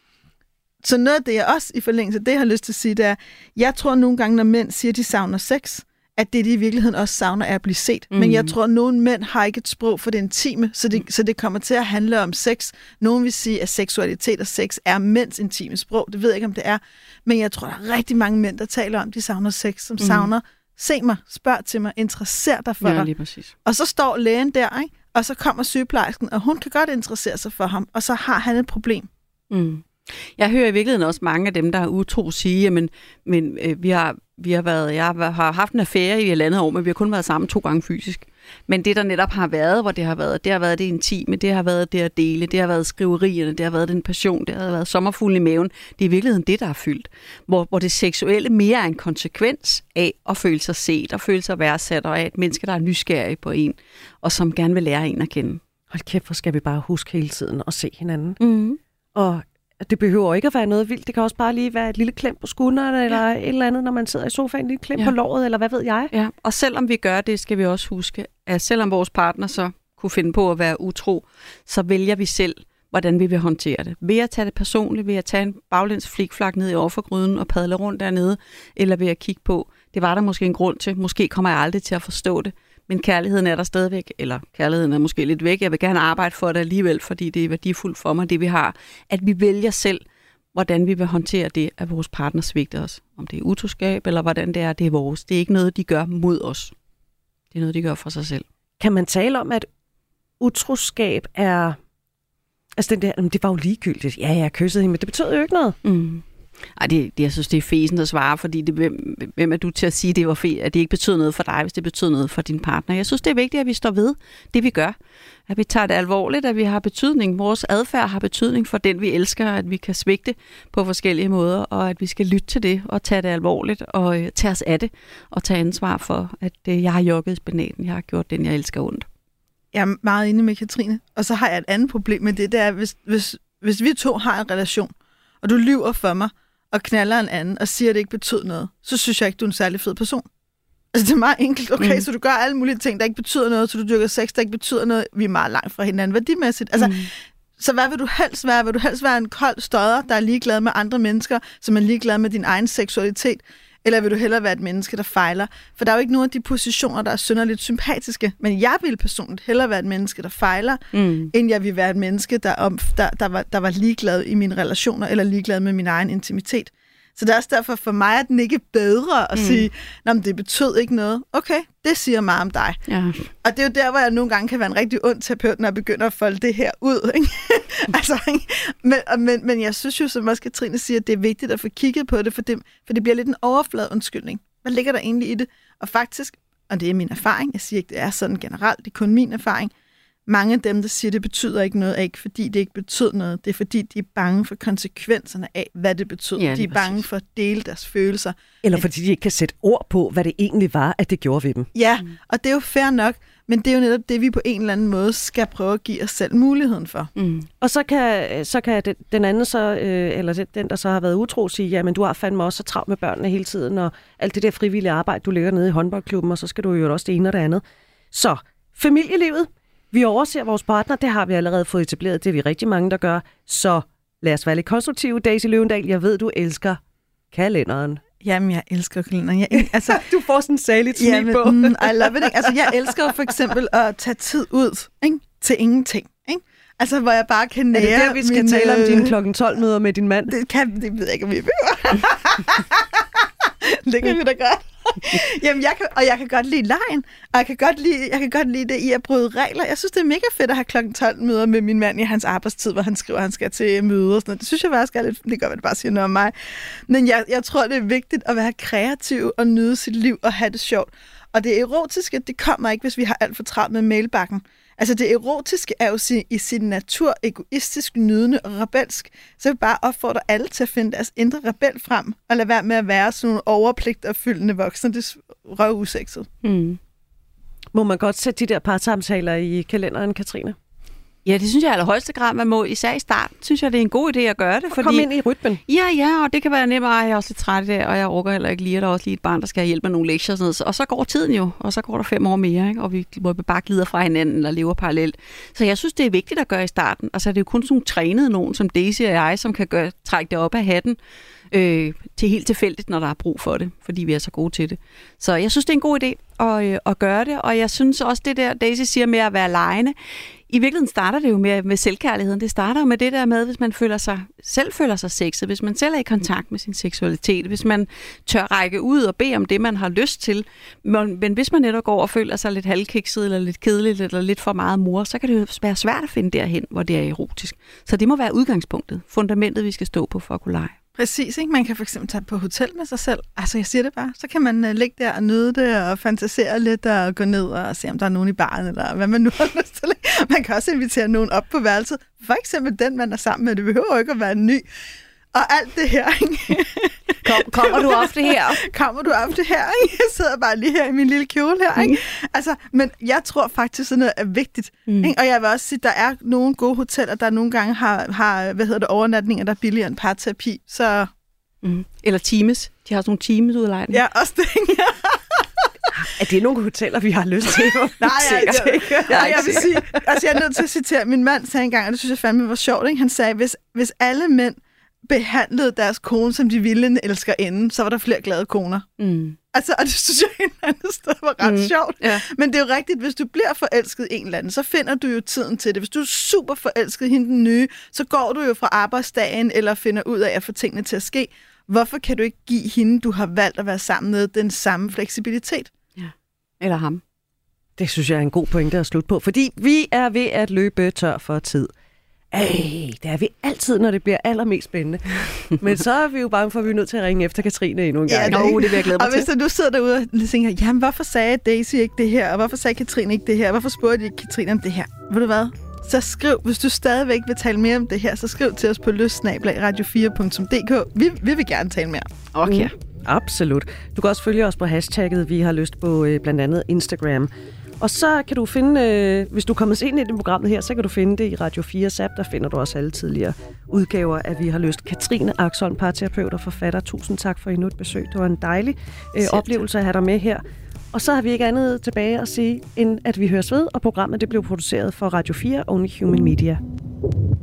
Så noget af det, jeg også i forlængelse af det, jeg har lyst til at sige, det er, jeg tror nogle gange, når mænd siger, at de savner sex, at det, de i virkeligheden også savner, er at blive set. Mm. Men jeg tror, at nogle mænd har ikke et sprog for det intime, så det, så det kommer til at handle om sex. Nogen vil sige, at seksualitet og sex er mænds intime sprog. Det ved jeg ikke, om det er. Men jeg tror, der er rigtig mange mænd, der taler om, de savner sex, som mm. savner, se mig, spørg til mig, interesser dig for ja, dig. Lige præcis. Og så står lægen der, ikke? Og så kommer sygeplejersken, og hun kan godt interessere sig for ham, og så har han et problem. Mm. Jeg hører i virkeligheden også mange af dem, der er utro, sige, men, men øh, vi har vi har været, jeg har haft en affære i et andet år, men vi har kun været sammen to gange fysisk. Men det, der netop har været, hvor det har været, det har været det intime, det har været det at dele, det har været skriverierne, det har været den passion, det har været sommerfuglen i maven. Det er i virkeligheden det, der er fyldt. Hvor, hvor det seksuelle mere er en konsekvens af at føle sig set, og føle sig værdsat, og af et menneske, der er nysgerrig på en, og som gerne vil lære en at kende. Hold kæft, hvor skal vi bare huske hele tiden at se hinanden. Mm. Og det behøver ikke at være noget vildt. Det kan også bare lige være et lille klem på skulderen, eller ja. et eller andet, når man sidder i sofaen, et lille klem ja. på låret, eller hvad ved jeg. Ja. Og selvom vi gør det, skal vi også huske, at selvom vores partner så kunne finde på at være utro, så vælger vi selv, hvordan vi vil håndtere det. Ved at tage det personligt, ved at tage en baglæns flikflak ned i offergryden og padle rundt dernede, eller ved at kigge på, det var der måske en grund til, måske kommer jeg aldrig til at forstå det, men kærligheden er der stadigvæk, eller kærligheden er måske lidt væk. Jeg vil gerne arbejde for det alligevel, fordi det er værdifuldt for mig, det vi har. At vi vælger selv, hvordan vi vil håndtere det, at vores partner svigter os. Om det er utroskab, eller hvordan det er, det er vores. Det er ikke noget, de gør mod os. Det er noget, de gør for sig selv. Kan man tale om, at utroskab er... Altså, den der, det var jo ligegyldigt. Ja, jeg kyssede hende, men det betød jo ikke noget. Mm. Ej, det, det, jeg synes, det er fesen at svare, fordi det, hvem, hvem er du til at sige, det var fe, at det ikke betyder noget for dig, hvis det betyder noget for din partner? Jeg synes, det er vigtigt, at vi står ved det, vi gør. At vi tager det alvorligt, at vi har betydning. Vores adfærd har betydning for den, vi elsker, at vi kan svigte på forskellige måder, og at vi skal lytte til det og tage det alvorligt og øh, tage os af det og tage ansvar for, at øh, jeg har jokket i spinaten, jeg har gjort den, jeg elsker ondt. Jeg er meget enig med Katrine. Og så har jeg et andet problem med det, det er, hvis, hvis, hvis vi to har en relation, og du lyver for mig, og knaller en anden, og siger, at det ikke betyder noget, så synes jeg ikke, du er en særlig fed person. Altså, det er meget enkelt. Okay, mm. så du gør alle mulige ting, der ikke betyder noget, så du dyrker sex, der ikke betyder noget. Vi er meget langt fra hinanden værdimæssigt. Altså, mm. så hvad vil du helst være? Vil du helst være en kold stodder, der er ligeglad med andre mennesker, som er ligeglad med din egen seksualitet? Eller vil du hellere være et menneske, der fejler? For der er jo ikke nogen af de positioner, der er synderligt sympatiske. Men jeg vil personligt hellere være et menneske, der fejler, mm. end jeg vil være et menneske, der, om, der, der, var, der var ligeglad i mine relationer, eller ligeglad med min egen intimitet. Så det er også derfor for mig, at den ikke er bedre at mm. sige, nej, men det betød ikke noget. Okay, det siger meget om dig. Ja. Og det er jo der, hvor jeg nogle gange kan være en rigtig ond terapeut, når jeg begynder at folde det her ud. Ikke? altså, ikke? Men, men, men jeg synes jo, som også Katrine siger, at det er vigtigt at få kigget på det, for det, for det bliver lidt en overflade undskyldning. Hvad ligger der egentlig i det? Og faktisk, og det er min erfaring, jeg siger ikke, det er sådan generelt, det er kun min erfaring, mange af dem, der siger, det betyder ikke noget, er ikke fordi det ikke betyder noget. Det er fordi, de er bange for konsekvenserne af, hvad det betyder. Ja, det de er bange præcis. For at dele deres følelser. Eller fordi de ikke kan sætte ord på, hvad det egentlig var, at det gjorde ved dem. Ja, mm. og det er jo fair nok, men det er jo netop det, vi på en eller anden måde skal prøve at give os selv muligheden for. Mm. Og så kan, så kan den, den anden, så, øh, eller den, der så har været utro, sige, jamen du har fandme også så travlt med børnene hele tiden, og alt det der frivillige arbejde, du ligger nede i håndboldklubben, og så skal du jo også det ene og det andet. Så familielivet. Vi overser vores partner, det har vi allerede fået etableret, det er vi rigtig mange, der gør. Så lad os være lidt konstruktive. Daisy Løvendal, jeg ved, du elsker kalenderen. Jamen, jeg elsker kalenderen. Jeg, altså, du får sådan en særligt smil jamen, på. Mm, I love it. Altså, jeg elsker for eksempel at tage tid ud, ikke? Til ingenting. Ikke? Altså, hvor jeg bare kan nære... Er det der, vi skal min, tale om dine klokken tolv møder med din mand? Det, kan, det ved jeg ikke, om vi behøver. Det kan vi da godt. Jamen, jeg kan, og jeg kan godt lide lejen, og jeg kan godt lide, jeg kan godt lide det i at bryde regler. Jeg synes, det er mega fedt at have klokken tolv møder med min mand i hans arbejdstid, hvor han skriver, at han skal til møder og sådan noget. Det synes jeg faktisk er lidt... Det gør, at det bare siger noget om mig. Men jeg, jeg tror, det er vigtigt at være kreativ og nyde sit liv og have det sjovt. Og det erotiske, det kommer ikke, hvis vi har alt for travlt med mailbakken. Altså det erotiske er jo i sin natur egoistisk, nydende og rebelsk. Så jeg vil bare opfordre alle til at finde deres indre rebel frem, og lade være med at være sådan nogle overpligtopfyldende voksne. Det er røvusekset. Mm. Må man godt sætte de der parsamtaler i kalenderen, Katrine? Ja, det synes jeg i allerhøjeste grad, man må. Især i starten, synes jeg, det er en god idé at gøre det. Og fordi... komme ind i rytmen. Ja, ja, og det kan være nemmere. Jeg er også lidt træt i dag, og jeg orker heller ikke lige, at der er også lige et barn, der skal have hjælp med nogle lektier og sådan noget. Og så går tiden jo, og så går der fem år mere, ikke? Og vi, hvor vi bare glider fra hinanden eller lever parallelt. Så jeg synes, det er vigtigt at gøre i starten. Altså, det er jo kun sådan nogle trænede nogen, som Daisy og jeg, som kan gøre, trække det op af hatten øh, til helt tilfældigt, når der er brug for det, fordi vi er så gode til det. Så jeg synes, det er en god idé at, øh, at gøre det, og jeg synes også, det der, Daisy siger med at være legende, i virkeligheden starter det jo med, med selvkærligheden. Det starter jo med det der med, hvis man føler sig, selv føler sig sexet, hvis man selv er i kontakt med sin seksualitet, hvis man tør række ud og bede om det, man har lyst til. Men, men hvis man netop går og føler sig lidt halvkikset, eller lidt kedeligt, eller lidt for meget mor, så kan det jo være svært at finde derhen, hvor det er erotisk. Så det må være udgangspunktet, fundamentet, vi skal stå på for at kunne lege. Præcis, ikke? Man kan for eksempel tage på hotel med sig selv. Altså, jeg siger det bare. Så kan man uh, ligge der og nyde det og fantasere lidt og gå ned og se, om der er nogen i baren, eller hvad man nu har lyst til. Man kan også invitere nogen op på værelset. For eksempel den, man er sammen med. Det behøver ikke at være en ny. Og alt det her, ikke? Kom, kommer du ofte her? Kommer du ofte her, ikke? Jeg sidder bare lige her i min lille kjole her, ikke? Mm. Altså, men jeg tror faktisk, sådan noget er vigtigt. Mm. Ikke? Og jeg vil også sige, at der er nogle gode hoteller, der nogle gange har, har hvad hedder det, overnatninger, der er billigere end parterapi. Så... Mm. Eller Teams. De har sådan nogle Teams-udlejninger. Ja, også det. Er det nogle hoteller, vi har lyst til? Nej, jeg, jeg, jeg, jeg, jeg vil sige, altså jeg er nødt til at citere, min mand sagde engang, og det synes jeg fandme var sjovt, ikke? Han sagde, hvis, hvis alle mænd behandlede deres kone, som de ville en elskerinde, så var der flere glade koner. Mm. Altså, og det synes jeg et andet sted var ret mm. sjovt. Ja. Men det er jo rigtigt, hvis du bliver forelsket i en eller anden, så finder du jo tiden til det. Hvis du er super forelsket i hende den nye, så går du jo fra arbejdsdagen, eller finder ud af at få tingene til at ske. Hvorfor kan du ikke give hende, du har valgt at være sammen med, den samme fleksibilitet? Ja. Eller ham. Det synes jeg er en god pointe at slutte på, fordi vi er ved at løbe tør for tid. Ej, det er vi altid, når det bliver allermest spændende. Men så er vi jo bange for, at vi er nødt til at ringe efter Katrine endnu en gang. Ja, Nå, det vil jeg glæde mig og til. hvis du nu sidder derude og tænker, jamen hvorfor sagde Daisy ikke det her, og hvorfor sagde Katrine ikke det her, hvorfor spurgte de ikke Katrine om det her? Ved du hvad? Så skriv, hvis du stadigvæk vil tale mere om det her, så skriv til os på lyst snabel-a radio fire punktum d k. Vi, vi vil gerne tale mere. Okay. Mm, absolut. Du kan også følge os på hashtagget, vi har lyst på øh, blandt andet Instagram. Og så kan du finde, øh, hvis du er kommet ind i det programmet her, så kan du finde det i Radio fires app. Der finder du også alle tidligere udgaver af Vi har lyst. Katrine Axholm, parterapeut og forfatter. Tusind tak for endnu et besøg. Det var en dejlig øh, oplevelse at have dig med her. Og så har vi ikke andet tilbage at sige, end at vi høres ved, og programmet det blev produceret for Radio fire Only Human Media.